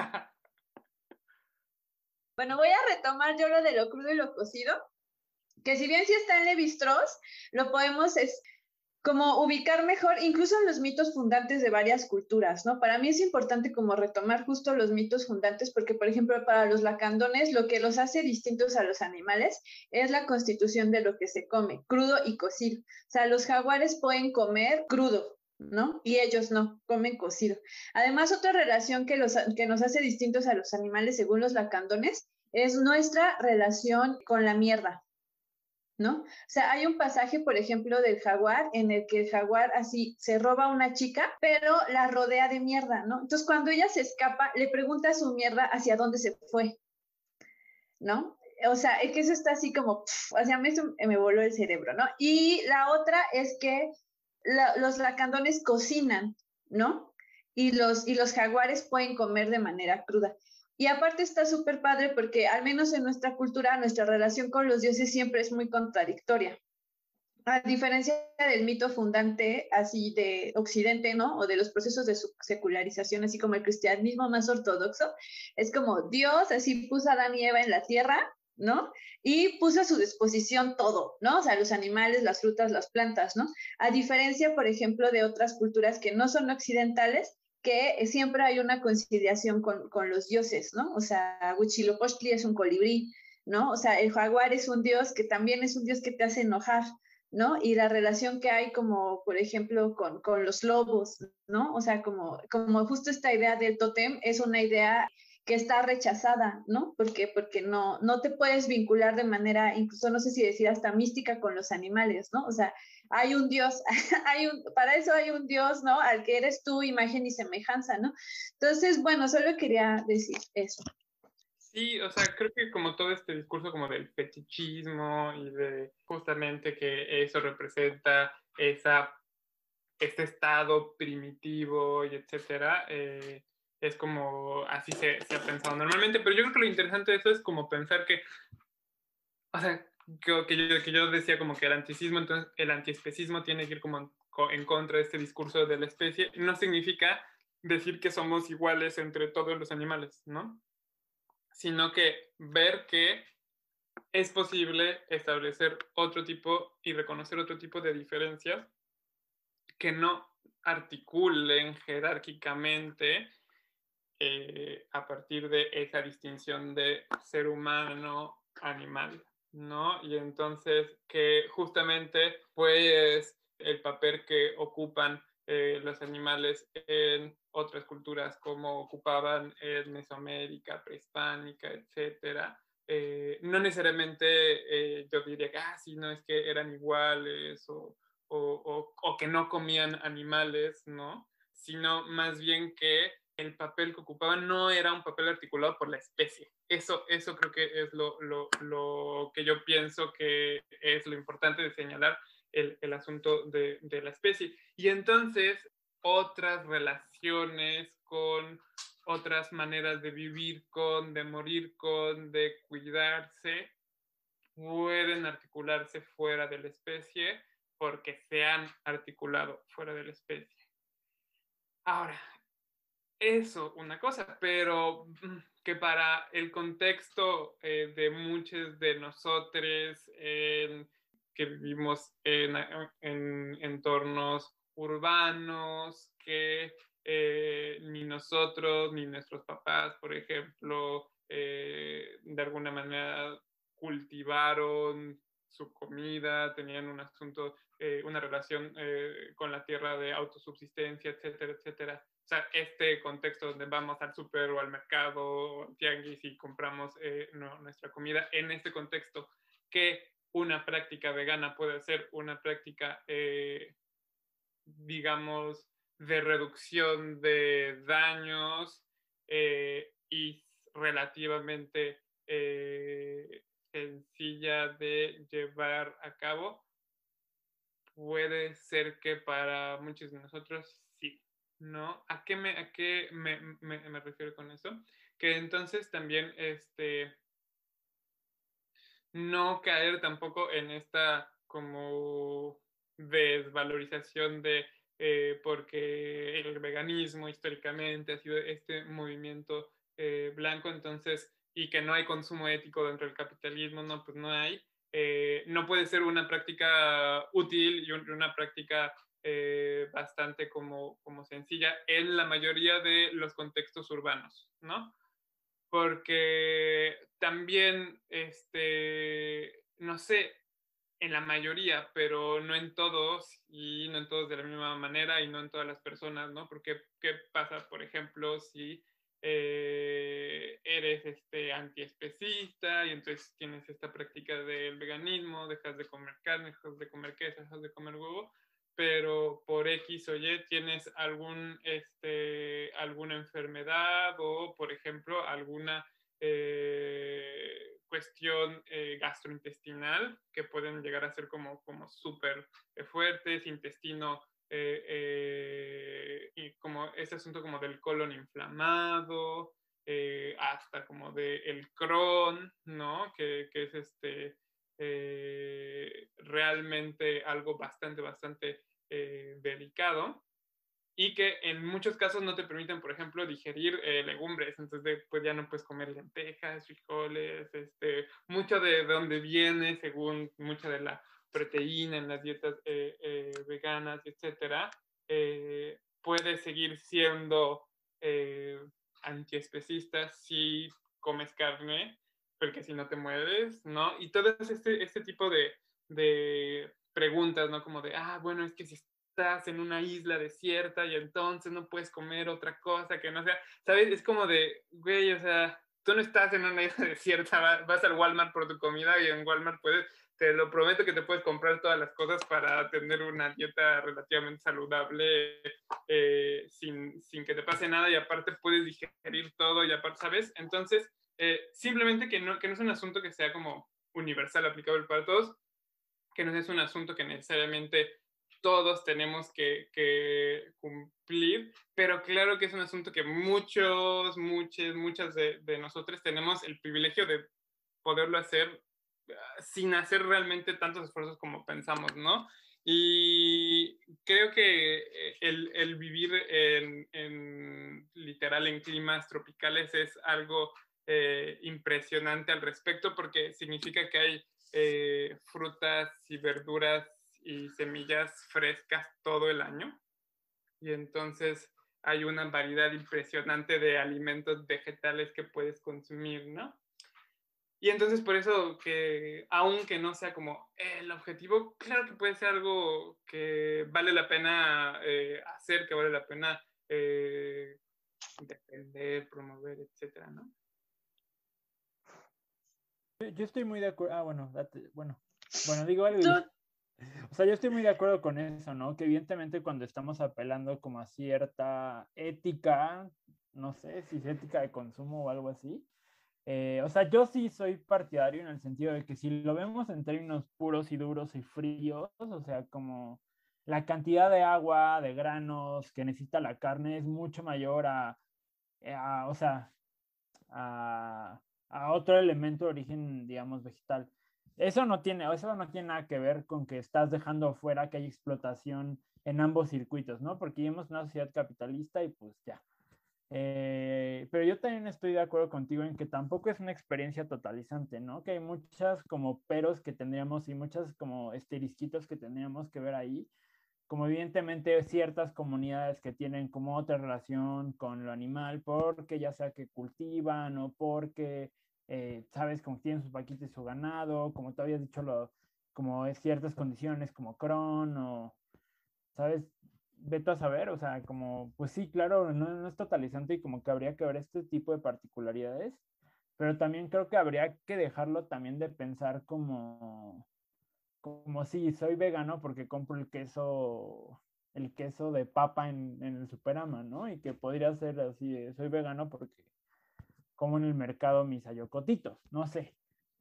Bueno, voy a retomar yo lo de lo crudo y lo cocido, que si bien sí está en Lévi-Strauss, lo podemos como ubicar mejor, incluso en los mitos fundantes de varias culturas, ¿no? Para mí es importante como retomar justo los mitos fundantes, porque, por ejemplo, para los lacandones, lo que los hace distintos a los animales es la constitución de lo que se come, crudo y cocido. O sea, los jaguares pueden comer crudo, ¿no? Y ellos no, comen cocido. Además, otra relación que nos hace distintos a los animales, según los lacandones, es nuestra relación con la mierda, ¿no? O sea, hay un pasaje, por ejemplo, del jaguar en el que el jaguar así se roba a una chica, pero la rodea de mierda, ¿no? Entonces, cuando ella se escapa, le pregunta a su mierda hacia dónde se fue, ¿no? O sea, es que eso está así como, hacia mí eso me voló el cerebro, ¿no? Y la otra es que los lacandones cocinan, ¿no? Y los jaguares pueden comer de manera cruda. Y aparte está súper padre porque al menos en nuestra cultura, nuestra relación con los dioses siempre es muy contradictoria. A diferencia del mito fundante así de Occidente, ¿no? O de los procesos de secularización, así como el cristianismo más ortodoxo, es como Dios así puso a Adán y Eva en la tierra, ¿no? Y puso a su disposición todo, ¿no? O sea, los animales, las frutas, las plantas, ¿no? A diferencia, por ejemplo, de otras culturas que no son occidentales, que siempre hay una conciliación con los dioses, ¿no? O sea, Huitzilopochtli es un colibrí, ¿no? O sea, el jaguar es un dios que también es un dios que te hace enojar, ¿no? Y la relación que hay como, por ejemplo, con los lobos, ¿no? O sea, como justo esta idea del tótem es una idea que está rechazada, ¿no? Porque no te puedes vincular de manera, incluso no sé si decir hasta mística con los animales, ¿no? O sea, hay un Dios, para eso hay un Dios, ¿no? Al que eres tú, imagen y semejanza, ¿no? Entonces, bueno, solo quería decir eso. Sí, o sea, creo que como todo este discurso como del fetichismo y de justamente que eso representa este estado primitivo y etcétera, es como así se ha pensado normalmente, pero yo creo que lo interesante de eso es como pensar que, o sea, que yo decía como que el anticismo, entonces el antiespecismo tiene que ir como en contra de este discurso de la especie, no significa decir que somos iguales entre todos los animales, ¿no? Sino que ver que es posible establecer otro tipo y reconocer otro tipo de diferencias que no articulen jerárquicamente a partir de esa distinción de ser humano, animal, ¿no? Y entonces que justamente pues el papel que ocupan los animales en otras culturas como ocupaban en Mesoamérica, prehispánica, etcétera, no necesariamente yo diría que, sí, no, es que eran iguales o que no comían animales, ¿no? Sino más bien que el papel que ocupaban no era un papel articulado por la especie. Eso creo que es lo que yo pienso que es lo importante de señalar el asunto de la especie. Y entonces otras relaciones con otras maneras de vivir con, de morir con, de cuidarse, pueden articularse fuera de la especie porque se han articulado fuera de la especie. Ahora, eso, una cosa, pero que para el contexto de muchos de nosotros que vivimos en entornos urbanos, que ni nosotros ni nuestros papás, por ejemplo, de alguna manera cultivaron su comida, tenían un asunto, una relación con la tierra de autosubsistencia, etcétera, etcétera. O sea, este contexto donde vamos al súper o al mercado o al tianguis y compramos nuestra comida, en este contexto, que una práctica vegana puede ser una práctica, digamos, de reducción de daños y relativamente sencilla de llevar a cabo, puede ser que para muchos de nosotros sí, ¿no? ¿A qué me refiero con eso? Que entonces también no caer tampoco en esta como desvalorización de porque el veganismo históricamente ha sido este movimiento blanco, entonces, y que no hay consumo ético dentro del capitalismo, no, pues no hay. No puede ser una práctica útil y una práctica bastante como sencilla en la mayoría de los contextos urbanos, ¿no? Porque también, no sé, en la mayoría, pero no en todos, y no en todos de la misma manera, y no en todas las personas, ¿no? Porque, ¿qué pasa, por ejemplo, si eres antiespecista y entonces tienes esta práctica del veganismo, dejas de comer carne, dejas de comer queso, dejas de comer huevo, pero por X o Y tienes alguna enfermedad o, por ejemplo, alguna cuestión gastrointestinal que pueden llegar a ser como súper fuertes, intestino y como ese asunto como del colon inflamado, hasta como del Crohn, ¿no? Que es realmente algo bastante delicado y que en muchos casos no te permiten, por ejemplo, digerir legumbres, entonces pues ya no puedes comer lentejas, frijoles, mucho de dónde viene, según mucha de la proteína en las dietas veganas, etcétera, puede seguir siendo antiespecista si comes carne, porque si no te mueres, ¿no? Y todo este tipo de preguntas, ¿no? Como de, bueno, es que si estás en una isla desierta y entonces no puedes comer otra cosa que no sea, ¿sabes? Es como de, güey, o sea, tú no estás en una isla desierta, vas al Walmart por tu comida y en Walmart puedes, te lo prometo que te puedes comprar todas las cosas para tener una dieta relativamente saludable sin que te pase nada y aparte puedes digerir todo y aparte, ¿sabes? Entonces, simplemente que no es un asunto que sea como universal, aplicable para todos, que no es un asunto que necesariamente todos tenemos que cumplir, pero claro que es un asunto que muchas de nosotros tenemos el privilegio de poderlo hacer sin hacer realmente tantos esfuerzos como pensamos, ¿no? Y creo que el vivir literal en climas tropicales es algo impresionante al respecto porque significa que hay frutas y verduras y semillas frescas todo el año. Y entonces hay una variedad impresionante de alimentos vegetales que puedes consumir, ¿no? Y entonces por eso que, aunque no sea como el objetivo, claro que puede ser algo que vale la pena hacer, que vale la pena defender, promover, etcétera, ¿no? Yo estoy muy de acuerdo. Bueno, digo algo. O sea, yo estoy muy de acuerdo con eso, ¿no? Que evidentemente cuando estamos apelando como a cierta ética, no sé si es ética de consumo o algo así. O sea, yo sí soy partidario en el sentido de que si lo vemos en términos puros y duros y fríos, o sea, como la cantidad de agua, de granos que necesita la carne es mucho mayor o sea, a otro elemento de origen, digamos, vegetal. Eso no tiene nada que ver con que estás dejando fuera que hay explotación en ambos circuitos, ¿no? Porque vivimos en una sociedad capitalista y pues ya. Pero yo también estoy de acuerdo contigo en que tampoco es una experiencia totalizante, ¿no? Que hay muchas como peros que tendríamos y muchas como esterisquitos que tendríamos que ver ahí, como evidentemente ciertas comunidades que tienen como otra relación con lo animal, porque ya sea que cultivan o porque, sabes, como tienen sus vaquitas y su ganado, como tú habías dicho, como es ciertas condiciones como Crohn o, ¿sabes? Vete a saber, o sea, como, pues sí, claro, no es totalizante y como que habría que ver este tipo de particularidades, pero también creo que habría que dejarlo también de pensar como si soy vegano porque compro el queso el queso de papa en el Superama, ¿no? Y que podría ser así, soy vegano porque como en el mercado mis ayocotitos, no sé,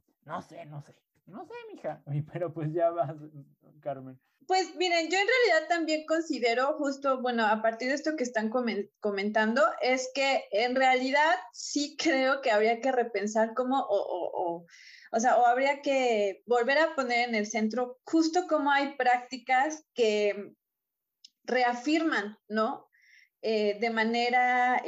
mija, pero pues ya vas, Carmen. Pues miren, yo en realidad también considero justo, bueno, a partir de esto que están comentando, es que en realidad sí creo que habría que repensar cómo, o sea, o habría que volver a poner en el centro justo cómo hay prácticas que reafirman, ¿no? De manera,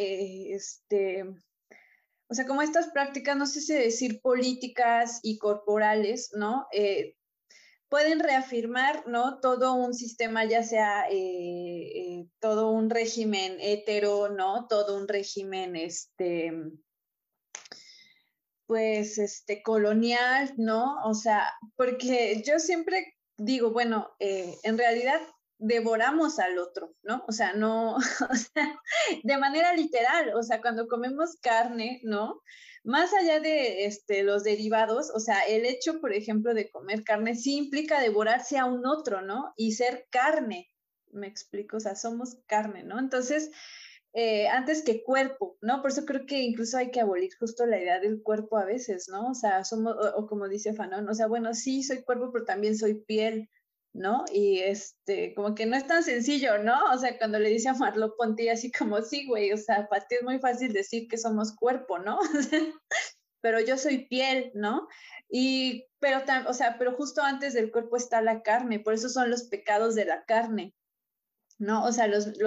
o sea, como estas prácticas, no sé si decir políticas y corporales, ¿no? Pueden reafirmar, ¿no? Todo un sistema, ya sea todo un régimen hetero, ¿no? Todo un régimen, pues, colonial, ¿no? O sea, porque yo siempre digo, bueno, en realidad devoramos al otro, ¿no? O sea, no, o sea, de manera literal, o sea, cuando comemos carne, ¿no? Más allá de los derivados, o sea, el hecho, por ejemplo, de comer carne sí implica devorarse a un otro, ¿no? Y ser carne, me explico, o sea, somos carne, ¿no? Entonces, antes que cuerpo, ¿no? Por eso creo que incluso hay que abolir justo la idea del cuerpo a veces, ¿no? O sea, somos, o como dice Fanon, o sea, bueno, sí, soy cuerpo, pero también soy piel, ¿no? Y como que no es tan sencillo, ¿no? O sea, cuando le dice a Marlo Ponti así como, sí, güey, o sea, para ti es muy fácil decir que somos cuerpo, ¿no? Pero yo soy piel, ¿no? O sea, pero justo antes del cuerpo está la carne, por eso son los pecados de la carne, ¿no? O sea,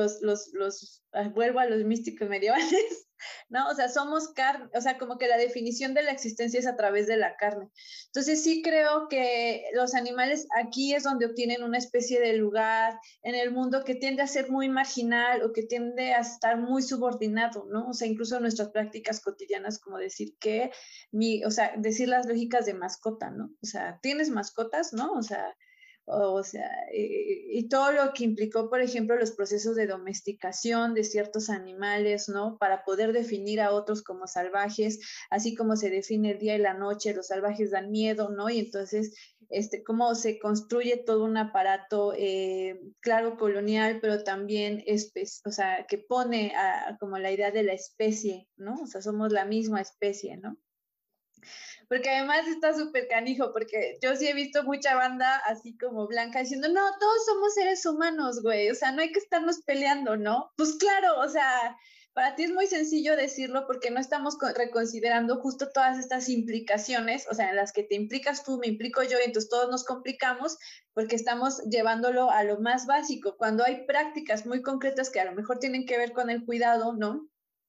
vuelvo a los místicos medievales, ¿no? O sea, somos carne, o sea, como que la definición de la existencia es a través de la carne. Entonces sí creo que los animales aquí es donde obtienen una especie de lugar en el mundo que tiende a ser muy marginal o que tiende a estar muy subordinado, ¿no? O sea, incluso nuestras prácticas cotidianas como decir que o sea, decir las lógicas de mascota, ¿no? O sea, ¿tienes mascotas, no? O sea, y todo lo que implicó, por ejemplo, los procesos de domesticación de ciertos animales, ¿no? Para poder definir a otros como salvajes, así como se define el día y la noche, los salvajes dan miedo, ¿no? Y entonces, cómo se construye todo un aparato, claro, colonial, pero también, o sea, que pone como la idea de la especie, ¿no? O sea, somos la misma especie, ¿no? Porque además está súper canijo, porque yo sí he visto mucha banda así como blanca diciendo, no, todos somos seres humanos, güey, o sea, no hay que estarnos peleando, ¿no? Pues claro, o sea, para ti es muy sencillo decirlo porque no estamos reconsiderando justo todas estas implicaciones, o sea, en las que te implicas tú, me implico yo, y entonces todos nos complicamos porque estamos llevándolo a lo más básico, cuando hay prácticas muy concretas que a lo mejor tienen que ver con el cuidado, ¿no?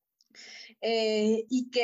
Y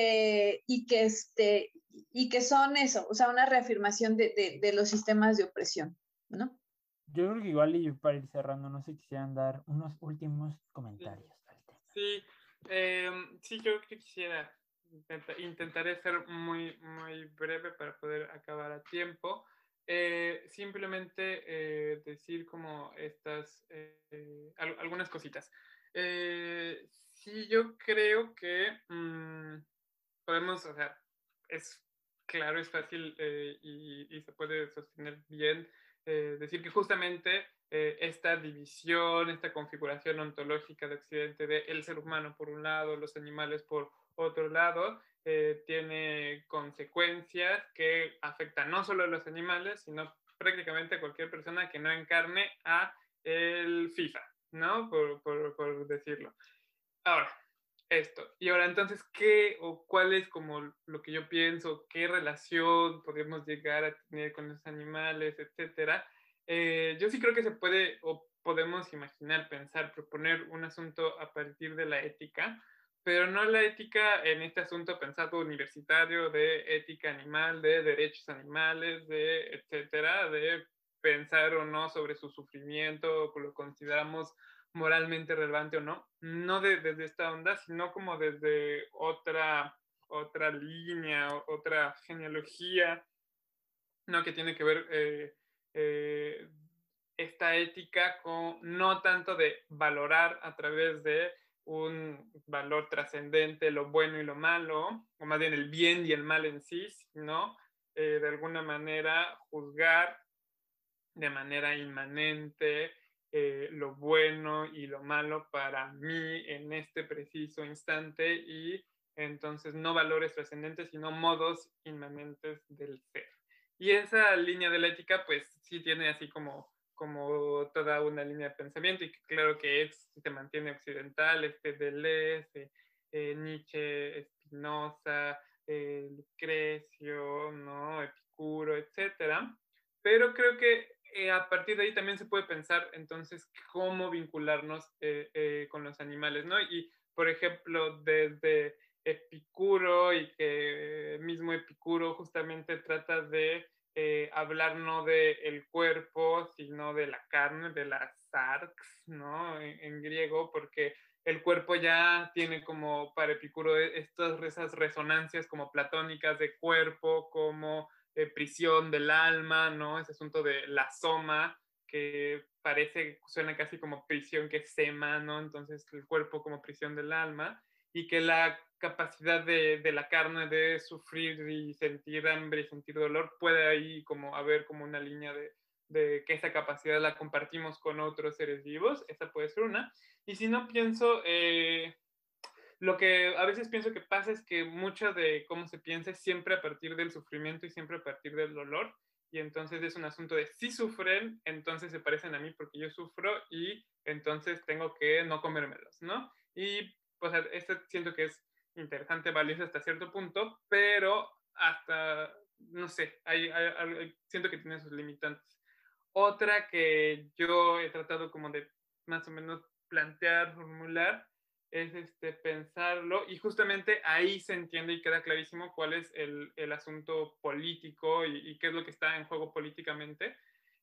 que son eso, o sea, una reafirmación de los sistemas de opresión, ¿no? Yo creo que igual y para ir cerrando, no sé, quisieran dar unos últimos comentarios al tema. Sí, sí, yo quisiera, intentaré ser muy, muy breve para poder acabar a tiempo. Simplemente decir como algunas cositas. Sí, yo creo que podemos, o sea, es claro, es fácil y se puede sostener bien decir que justamente esta división, esta configuración ontológica de Occidente de el ser humano por un lado, los animales por otro lado, tiene consecuencias que afectan no solo a los animales, sino prácticamente a cualquier persona que no encarne a el FIFA, ¿no? Por decirlo. Ahora, esto. Y ahora, entonces, ¿qué o cuál es como lo que yo pienso? ¿Qué relación podemos llegar a tener con los animales, etcétera? Yo sí creo que se puede o podemos imaginar, pensar, proponer un asunto a partir de la ética, pero no la ética en este asunto pensado universitario de ética animal, de derechos animales, de etcétera, de pensar o no sobre su sufrimiento, o lo consideramos moralmente relevante o no, no desde esta onda, sino como desde otra línea, otra genealogía, ¿no? Que tiene que ver esta ética con no tanto de valorar a través de un valor trascendente, lo bueno y lo malo, o más bien el bien y el mal en sí, sino de alguna manera juzgar de manera inmanente lo bueno y lo malo para mí en este preciso instante, y entonces no valores trascendentes, sino modos inmanentes del ser. Y esa línea de la ética, pues sí tiene así como toda una línea de pensamiento, y claro que se mantiene occidental, Deleuze, Nietzsche, Spinoza, Lucrecio, ¿no? Epicuro, etcétera. Pero creo que a partir de ahí también se puede pensar entonces cómo vincularnos con los animales, ¿no? Y, por ejemplo, desde Epicuro, y que mismo Epicuro justamente trata de hablar no del cuerpo, sino de la carne, de la sarx, ¿no? En griego, porque el cuerpo ya tiene como para Epicuro esas resonancias como platónicas de cuerpo, como prisión del alma, ¿no? Ese asunto de la soma, que suena casi como prisión que sema, ¿no? Entonces el cuerpo como prisión del alma, y que la capacidad de la carne de sufrir y sentir hambre y sentir dolor puede ahí como haber como una línea de que esa capacidad la compartimos con otros seres vivos. Esa puede ser una. Y si no, pienso, lo que a veces pienso que pasa es que mucho de cómo se piensa es siempre a partir del sufrimiento y siempre a partir del dolor. Y entonces es un asunto de si sufren, entonces se parecen a mí porque yo sufro, y entonces tengo que no comérmelos, ¿no? Y pues esto siento que es interesante, valioso hasta cierto punto, pero hasta, no sé, siento que tiene sus limitantes. Otra que yo he tratado como de más o menos plantear, formular, es pensarlo, y justamente ahí se entiende y queda clarísimo cuál es el asunto político y qué es lo que está en juego políticamente.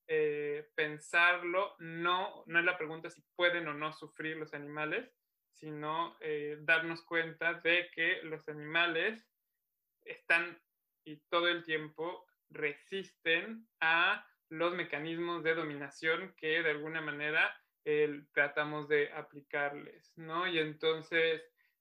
Pensarlo no es la pregunta si pueden o no sufrir los animales, sino darnos cuenta de que los animales están y todo el tiempo resisten a los mecanismos de dominación que de alguna manera tratamos de aplicarles, ¿no? Y entonces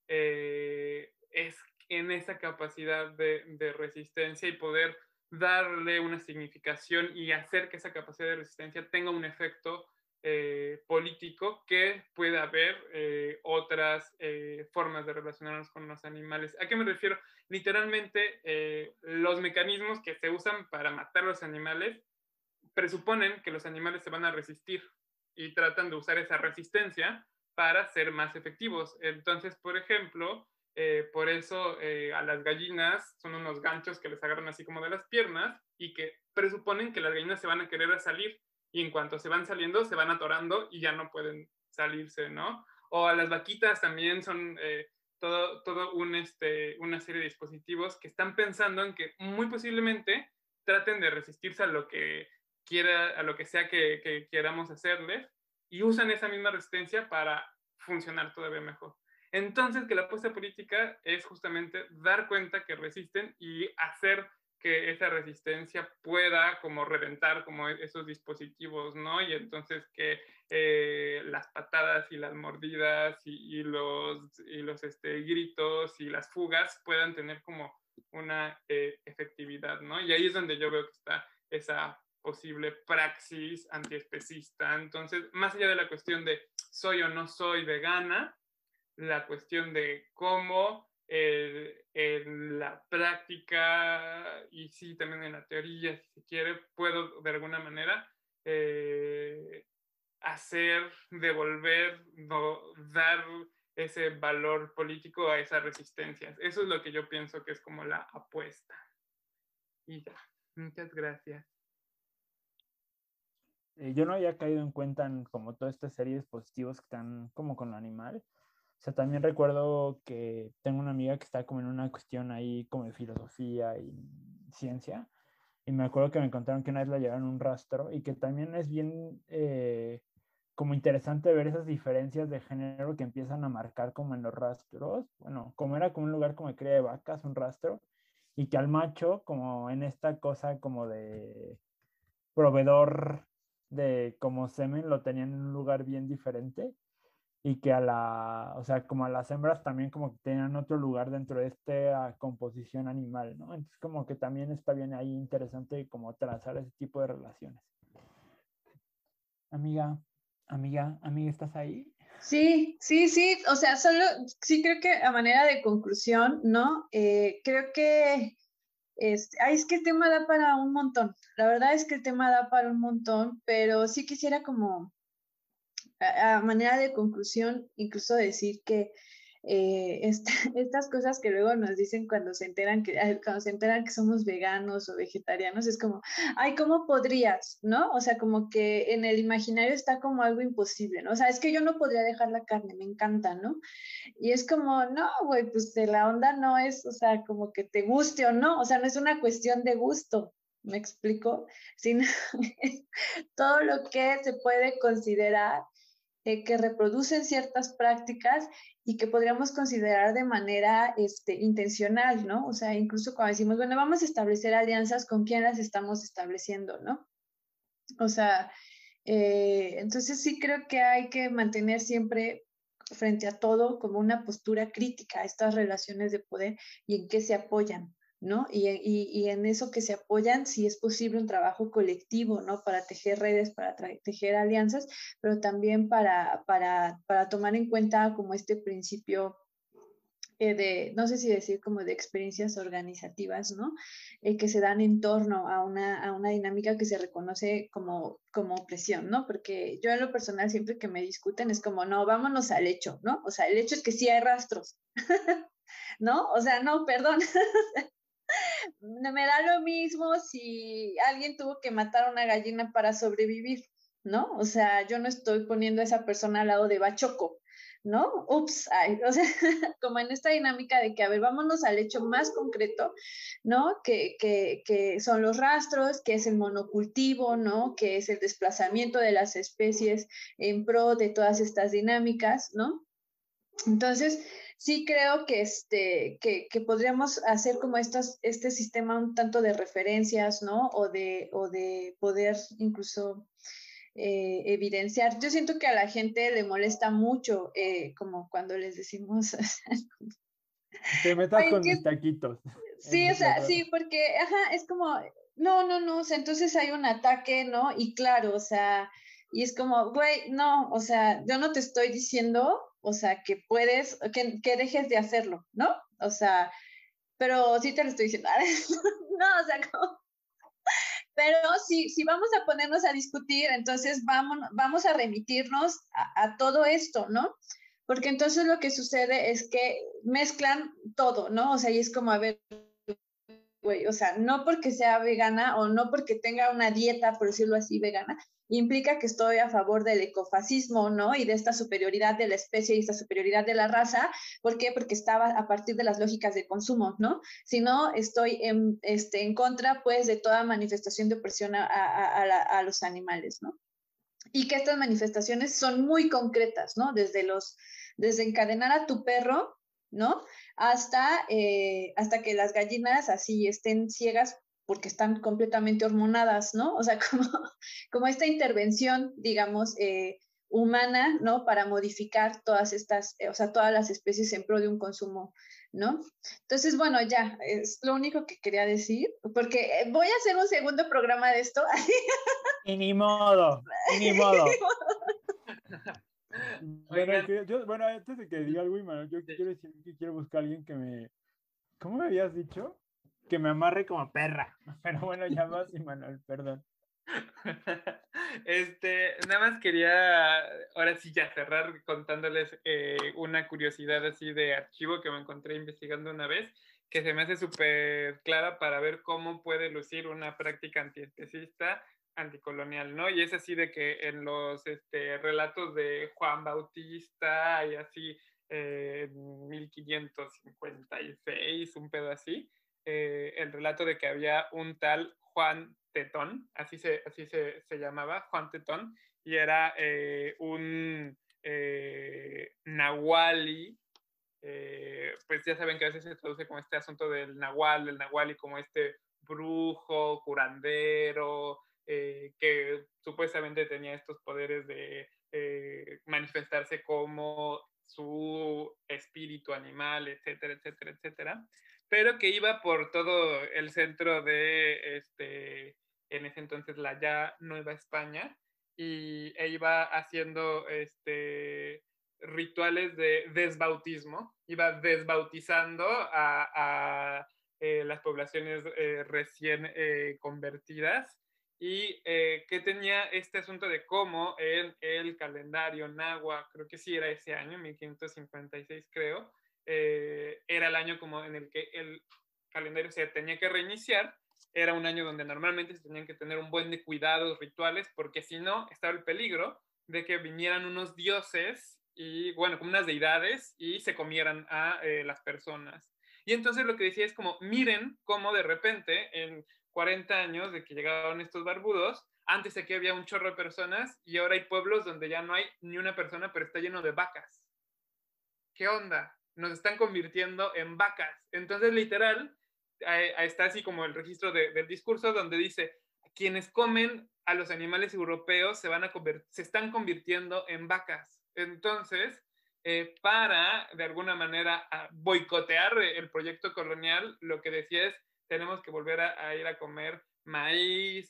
es en esa capacidad de resistencia y poder darle una significación y hacer que esa capacidad de resistencia tenga un efecto político, que pueda haber otras formas de relacionarnos con los animales. ¿A qué me refiero? Literalmente, los mecanismos que se usan para matar a los animales presuponen que los animales se van a resistir, y tratan de usar esa resistencia para ser más efectivos. Entonces, por ejemplo, por eso a las gallinas son unos ganchos que les agarran así como de las piernas, y que presuponen que las gallinas se van a querer salir, y en cuanto se van saliendo, se van atorando y ya no pueden salirse, ¿no? O a las vaquitas también son todo una serie de dispositivos que están pensando en que muy posiblemente traten de resistirse a lo que sea que queramos hacerles, y usan esa misma resistencia para funcionar todavía mejor. Entonces, que la apuesta política es justamente dar cuenta que resisten y hacer que esa resistencia pueda como reventar como esos dispositivos, ¿no? Y entonces que las patadas y las mordidas y los gritos y las fugas puedan tener como una efectividad, ¿no? Y ahí es donde yo veo que está esa posible praxis antiespecista. Entonces, más allá de la cuestión de soy o no soy vegana, la cuestión de cómo en la práctica, y sí también en la teoría, si se quiere, puedo de alguna manera hacer, devolver, dar ese valor político a esas resistencias. Eso es lo que yo pienso que es como la apuesta. Y ya, muchas gracias. Yo no había caído en cuenta en como toda esta serie de dispositivos que están como con el animal. O sea, también recuerdo que tengo una amiga que está como en una cuestión ahí como de filosofía y ciencia. Y me acuerdo que me contaron que una vez la llevaron un rastro, y que también es bien como interesante ver esas diferencias de género que empiezan a marcar como en los rastros. Bueno, como era como un lugar como de cría de vacas, un rastro, y que al macho como en esta cosa como de proveedor de como semen lo tenían en un lugar bien diferente, y que o sea, como a las hembras también como que tenían otro lugar dentro de esta composición animal, ¿no? Entonces como que también está bien ahí interesante como trazar ese tipo de relaciones. Amiga, Amiga, ¿estás ahí? Sí, o sea, sí creo que a manera de conclusión, ¿no? Creo que es que el tema da para un montón. La verdad es que el tema da para un montón, pero sí quisiera como a manera de conclusión, incluso decir que estas cosas que luego nos dicen cuando se enteran que somos veganos o vegetarianos, es como, ay, ¿cómo podrías? ¿No? O sea, como que en el imaginario está como algo imposible, ¿no? O sea, es que yo no podría dejar la carne, me encanta, ¿no? Y es como, no, güey, pues de la onda no es, o sea, como que te guste o no, o sea, no es una cuestión de gusto. ¿Me explico? Sino todo lo que se puede considerar que reproducen ciertas prácticas y que podríamos considerar de manera intencional, ¿no? O sea, incluso cuando decimos, bueno, vamos a establecer alianzas, ¿con quién las estamos estableciendo, no? O sea, entonces sí creo que hay que mantener siempre frente a todo como una postura crítica a estas relaciones de poder y en qué se apoyan, ¿no? Y en eso que se apoyan, si es posible un trabajo colectivo, ¿no? Para tejer redes, para tejer alianzas, pero también para tomar en cuenta como este principio no sé si decir como de experiencias organizativas, ¿no? Que se dan en torno a una dinámica que se reconoce como opresión, ¿no? Porque yo en lo personal siempre que me discuten es como, no, vámonos al hecho, ¿no? O sea, el hecho es que sí hay rastros, ¿no? O sea, no, perdón. Me da lo mismo si alguien tuvo que matar a una gallina para sobrevivir, ¿no? O sea, yo no estoy poniendo a esa persona al lado de Bachoco, ¿no? Ups, ay, o sea, como en esta dinámica de que, a ver, vámonos al hecho más concreto, ¿no? Que son los rastros, que es el monocultivo, ¿no? Que es el desplazamiento de las especies en pro de todas estas dinámicas, ¿no? Entonces, sí creo que podríamos hacer como este sistema un tanto de referencias, ¿no? O de poder incluso evidenciar. Yo siento que a la gente le molesta mucho, como cuando les decimos, Te metas oye, con mis taquitos. sí, o sea, sí, porque, ajá, es como, no, o sea, entonces hay un ataque, ¿no? Y claro, o sea, y es como, güey, no, o sea, yo no te estoy diciendo, o sea, que puedes, que dejes de hacerlo, ¿no? O sea, pero sí te lo estoy diciendo, no, o sea, como, pero si vamos a ponernos a discutir, entonces vamos a remitirnos a todo esto, ¿no? Porque entonces lo que sucede es que mezclan todo, ¿no? O sea, y es como, a ver, güey, o sea, no porque sea vegana o no porque tenga una dieta, por decirlo así, vegana, implica que estoy a favor del ecofascismo, ¿no? Y de esta superioridad de la especie y esta superioridad de la raza. ¿Por qué? Porque estaba a partir de las lógicas de consumo, ¿no? Si no, estoy en contra, pues, de toda manifestación de opresión a los animales, ¿no? Y que estas manifestaciones son muy concretas, ¿no? Desde encadenar a tu perro, ¿no? Hasta que las gallinas así estén ciegas porque están completamente hormonadas, ¿no? O sea, como esta intervención, digamos, humana, ¿no? Para modificar todas estas, o sea, todas las especies en pro de un consumo, ¿no? Entonces, bueno, ya, es lo único que quería decir, porque voy a hacer un segundo programa de esto. Y ni modo, y ni modo. Oigan, Bueno, antes de que diga algo, Imanol, yo quiero decir que quiero buscar a alguien que me... ¿Cómo me habías dicho? Que me amarre como perra. Pero bueno, ya vas, Imanol, perdón. Nada más quería, ahora sí ya cerrar contándoles una curiosidad así de archivo que me encontré investigando una vez, que se me hace súper clara para ver cómo puede lucir una práctica antiespecista anticolonial, ¿no? Y es así de que en los relatos de Juan Bautista y así, 1556, un pedo así, el relato de que había un tal Juan Tetón, así se llamaba, Juan Tetón, y era un nahuali, pues ya saben que a veces se traduce como este asunto del nahuali como este brujo, curandero, que supuestamente tenía estos poderes de manifestarse como su espíritu animal, etcétera, etcétera, etcétera, pero que iba por todo el centro de en ese entonces la ya Nueva España, e iba haciendo rituales de desbautismo, iba desbautizando a las poblaciones recién convertidas, y que tenía este asunto de cómo en el calendario náhuatl, creo que sí era ese año, 1556 creo, era el año como en el que el calendario se tenía que reiniciar. Era un año donde normalmente se tenían que tener un buen de cuidados rituales, porque si no, estaba el peligro de que vinieran unos dioses y, bueno, como unas deidades, y se comieran a las personas. Y entonces lo que decía es como, miren cómo de repente en 40 años de que llegaron estos barbudos, antes aquí había un chorro de personas y ahora hay pueblos donde ya no hay ni una persona, pero está lleno de vacas. ¿Qué onda? Nos están convirtiendo en vacas. Entonces, literal, está así como el registro del discurso donde dice, quienes comen a los animales europeos se están convirtiendo en vacas. Entonces, para, de alguna manera, boicotear el proyecto colonial, lo que decía es, tenemos que volver a ir a comer maíz,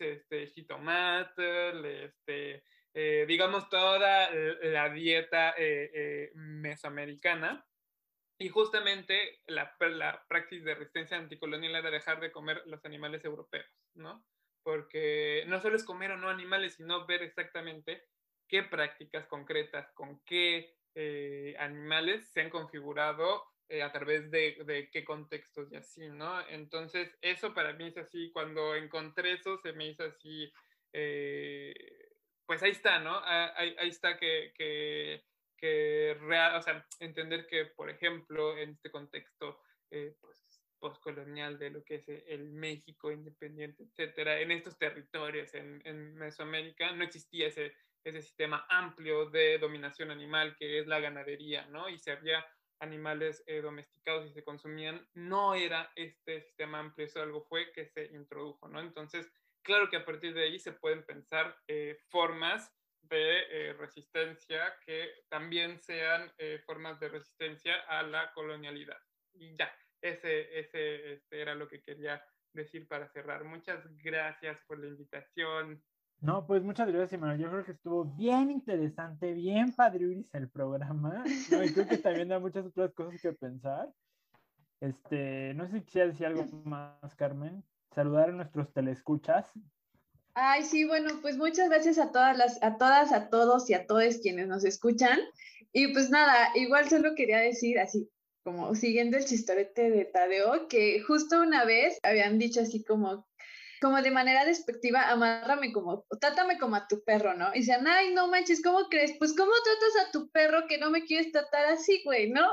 jitomate, digamos, toda la dieta mesoamericana. Y justamente la praxis de resistencia anticolonial era dejar de comer los animales europeos, ¿no? Porque no solo es comer o no animales, sino ver exactamente qué prácticas concretas, con qué animales se han configurado a través de qué contextos y así, ¿no? Entonces, eso para mí es así, cuando encontré eso, se me hizo así, pues ahí está, ¿no? Ahí está que real, o sea, entender que, por ejemplo, en este contexto pues, postcolonial de lo que es el México independiente, etcétera, en estos territorios, en Mesoamérica, no existía ese sistema amplio de dominación animal que es la ganadería, ¿no? Y si había animales domesticados y se consumían, no era este sistema amplio, eso algo fue que se introdujo, ¿no? Entonces, claro que a partir de ahí se pueden pensar formas de resistencia que también sean formas de resistencia a la colonialidad. Y ya, ese era lo que quería decir para cerrar. Muchas gracias por la invitación. No, pues muchas gracias, Emanuel. Yo creo que estuvo bien interesante, bien padriuris el programa. No, y creo que también da muchas otras cosas que pensar. No sé si quisiera decir algo más, Carmen. Saludar a nuestros telescuchas. Ay, sí, bueno, pues muchas gracias a todas, a todos y a todos quienes nos escuchan. Y pues nada, igual solo quería decir así, como siguiendo el chistorete de Tadeo, que justo una vez habían dicho así como de manera despectiva, amárrame trátame como a tu perro, ¿no? Y decían, ay, no manches, ¿cómo crees? Pues, ¿cómo tratas a tu perro que no me quieres tratar así, güey, no?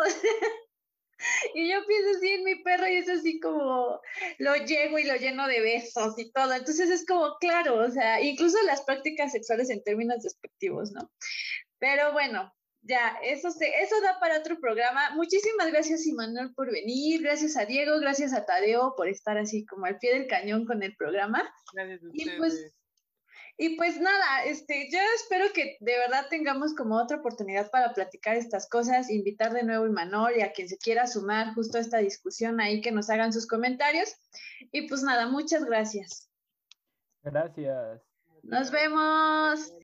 Y yo pienso así en mi perro y es así como lo llego y lo lleno de besos y todo. Entonces es como, claro, o sea, incluso las prácticas sexuales en términos despectivos, ¿no? Pero bueno, ya, eso da para otro programa. Muchísimas gracias, Imanol, por venir. Gracias a Diego, gracias a Tadeo por estar así como al pie del cañón con el programa. Gracias a Y ustedes. pues nada, yo espero que de verdad tengamos como otra oportunidad para platicar estas cosas, invitar de nuevo a Imanol y a quien se quiera sumar justo a esta discusión ahí, que nos hagan sus comentarios. Y pues nada, muchas gracias. Gracias. Nos vemos.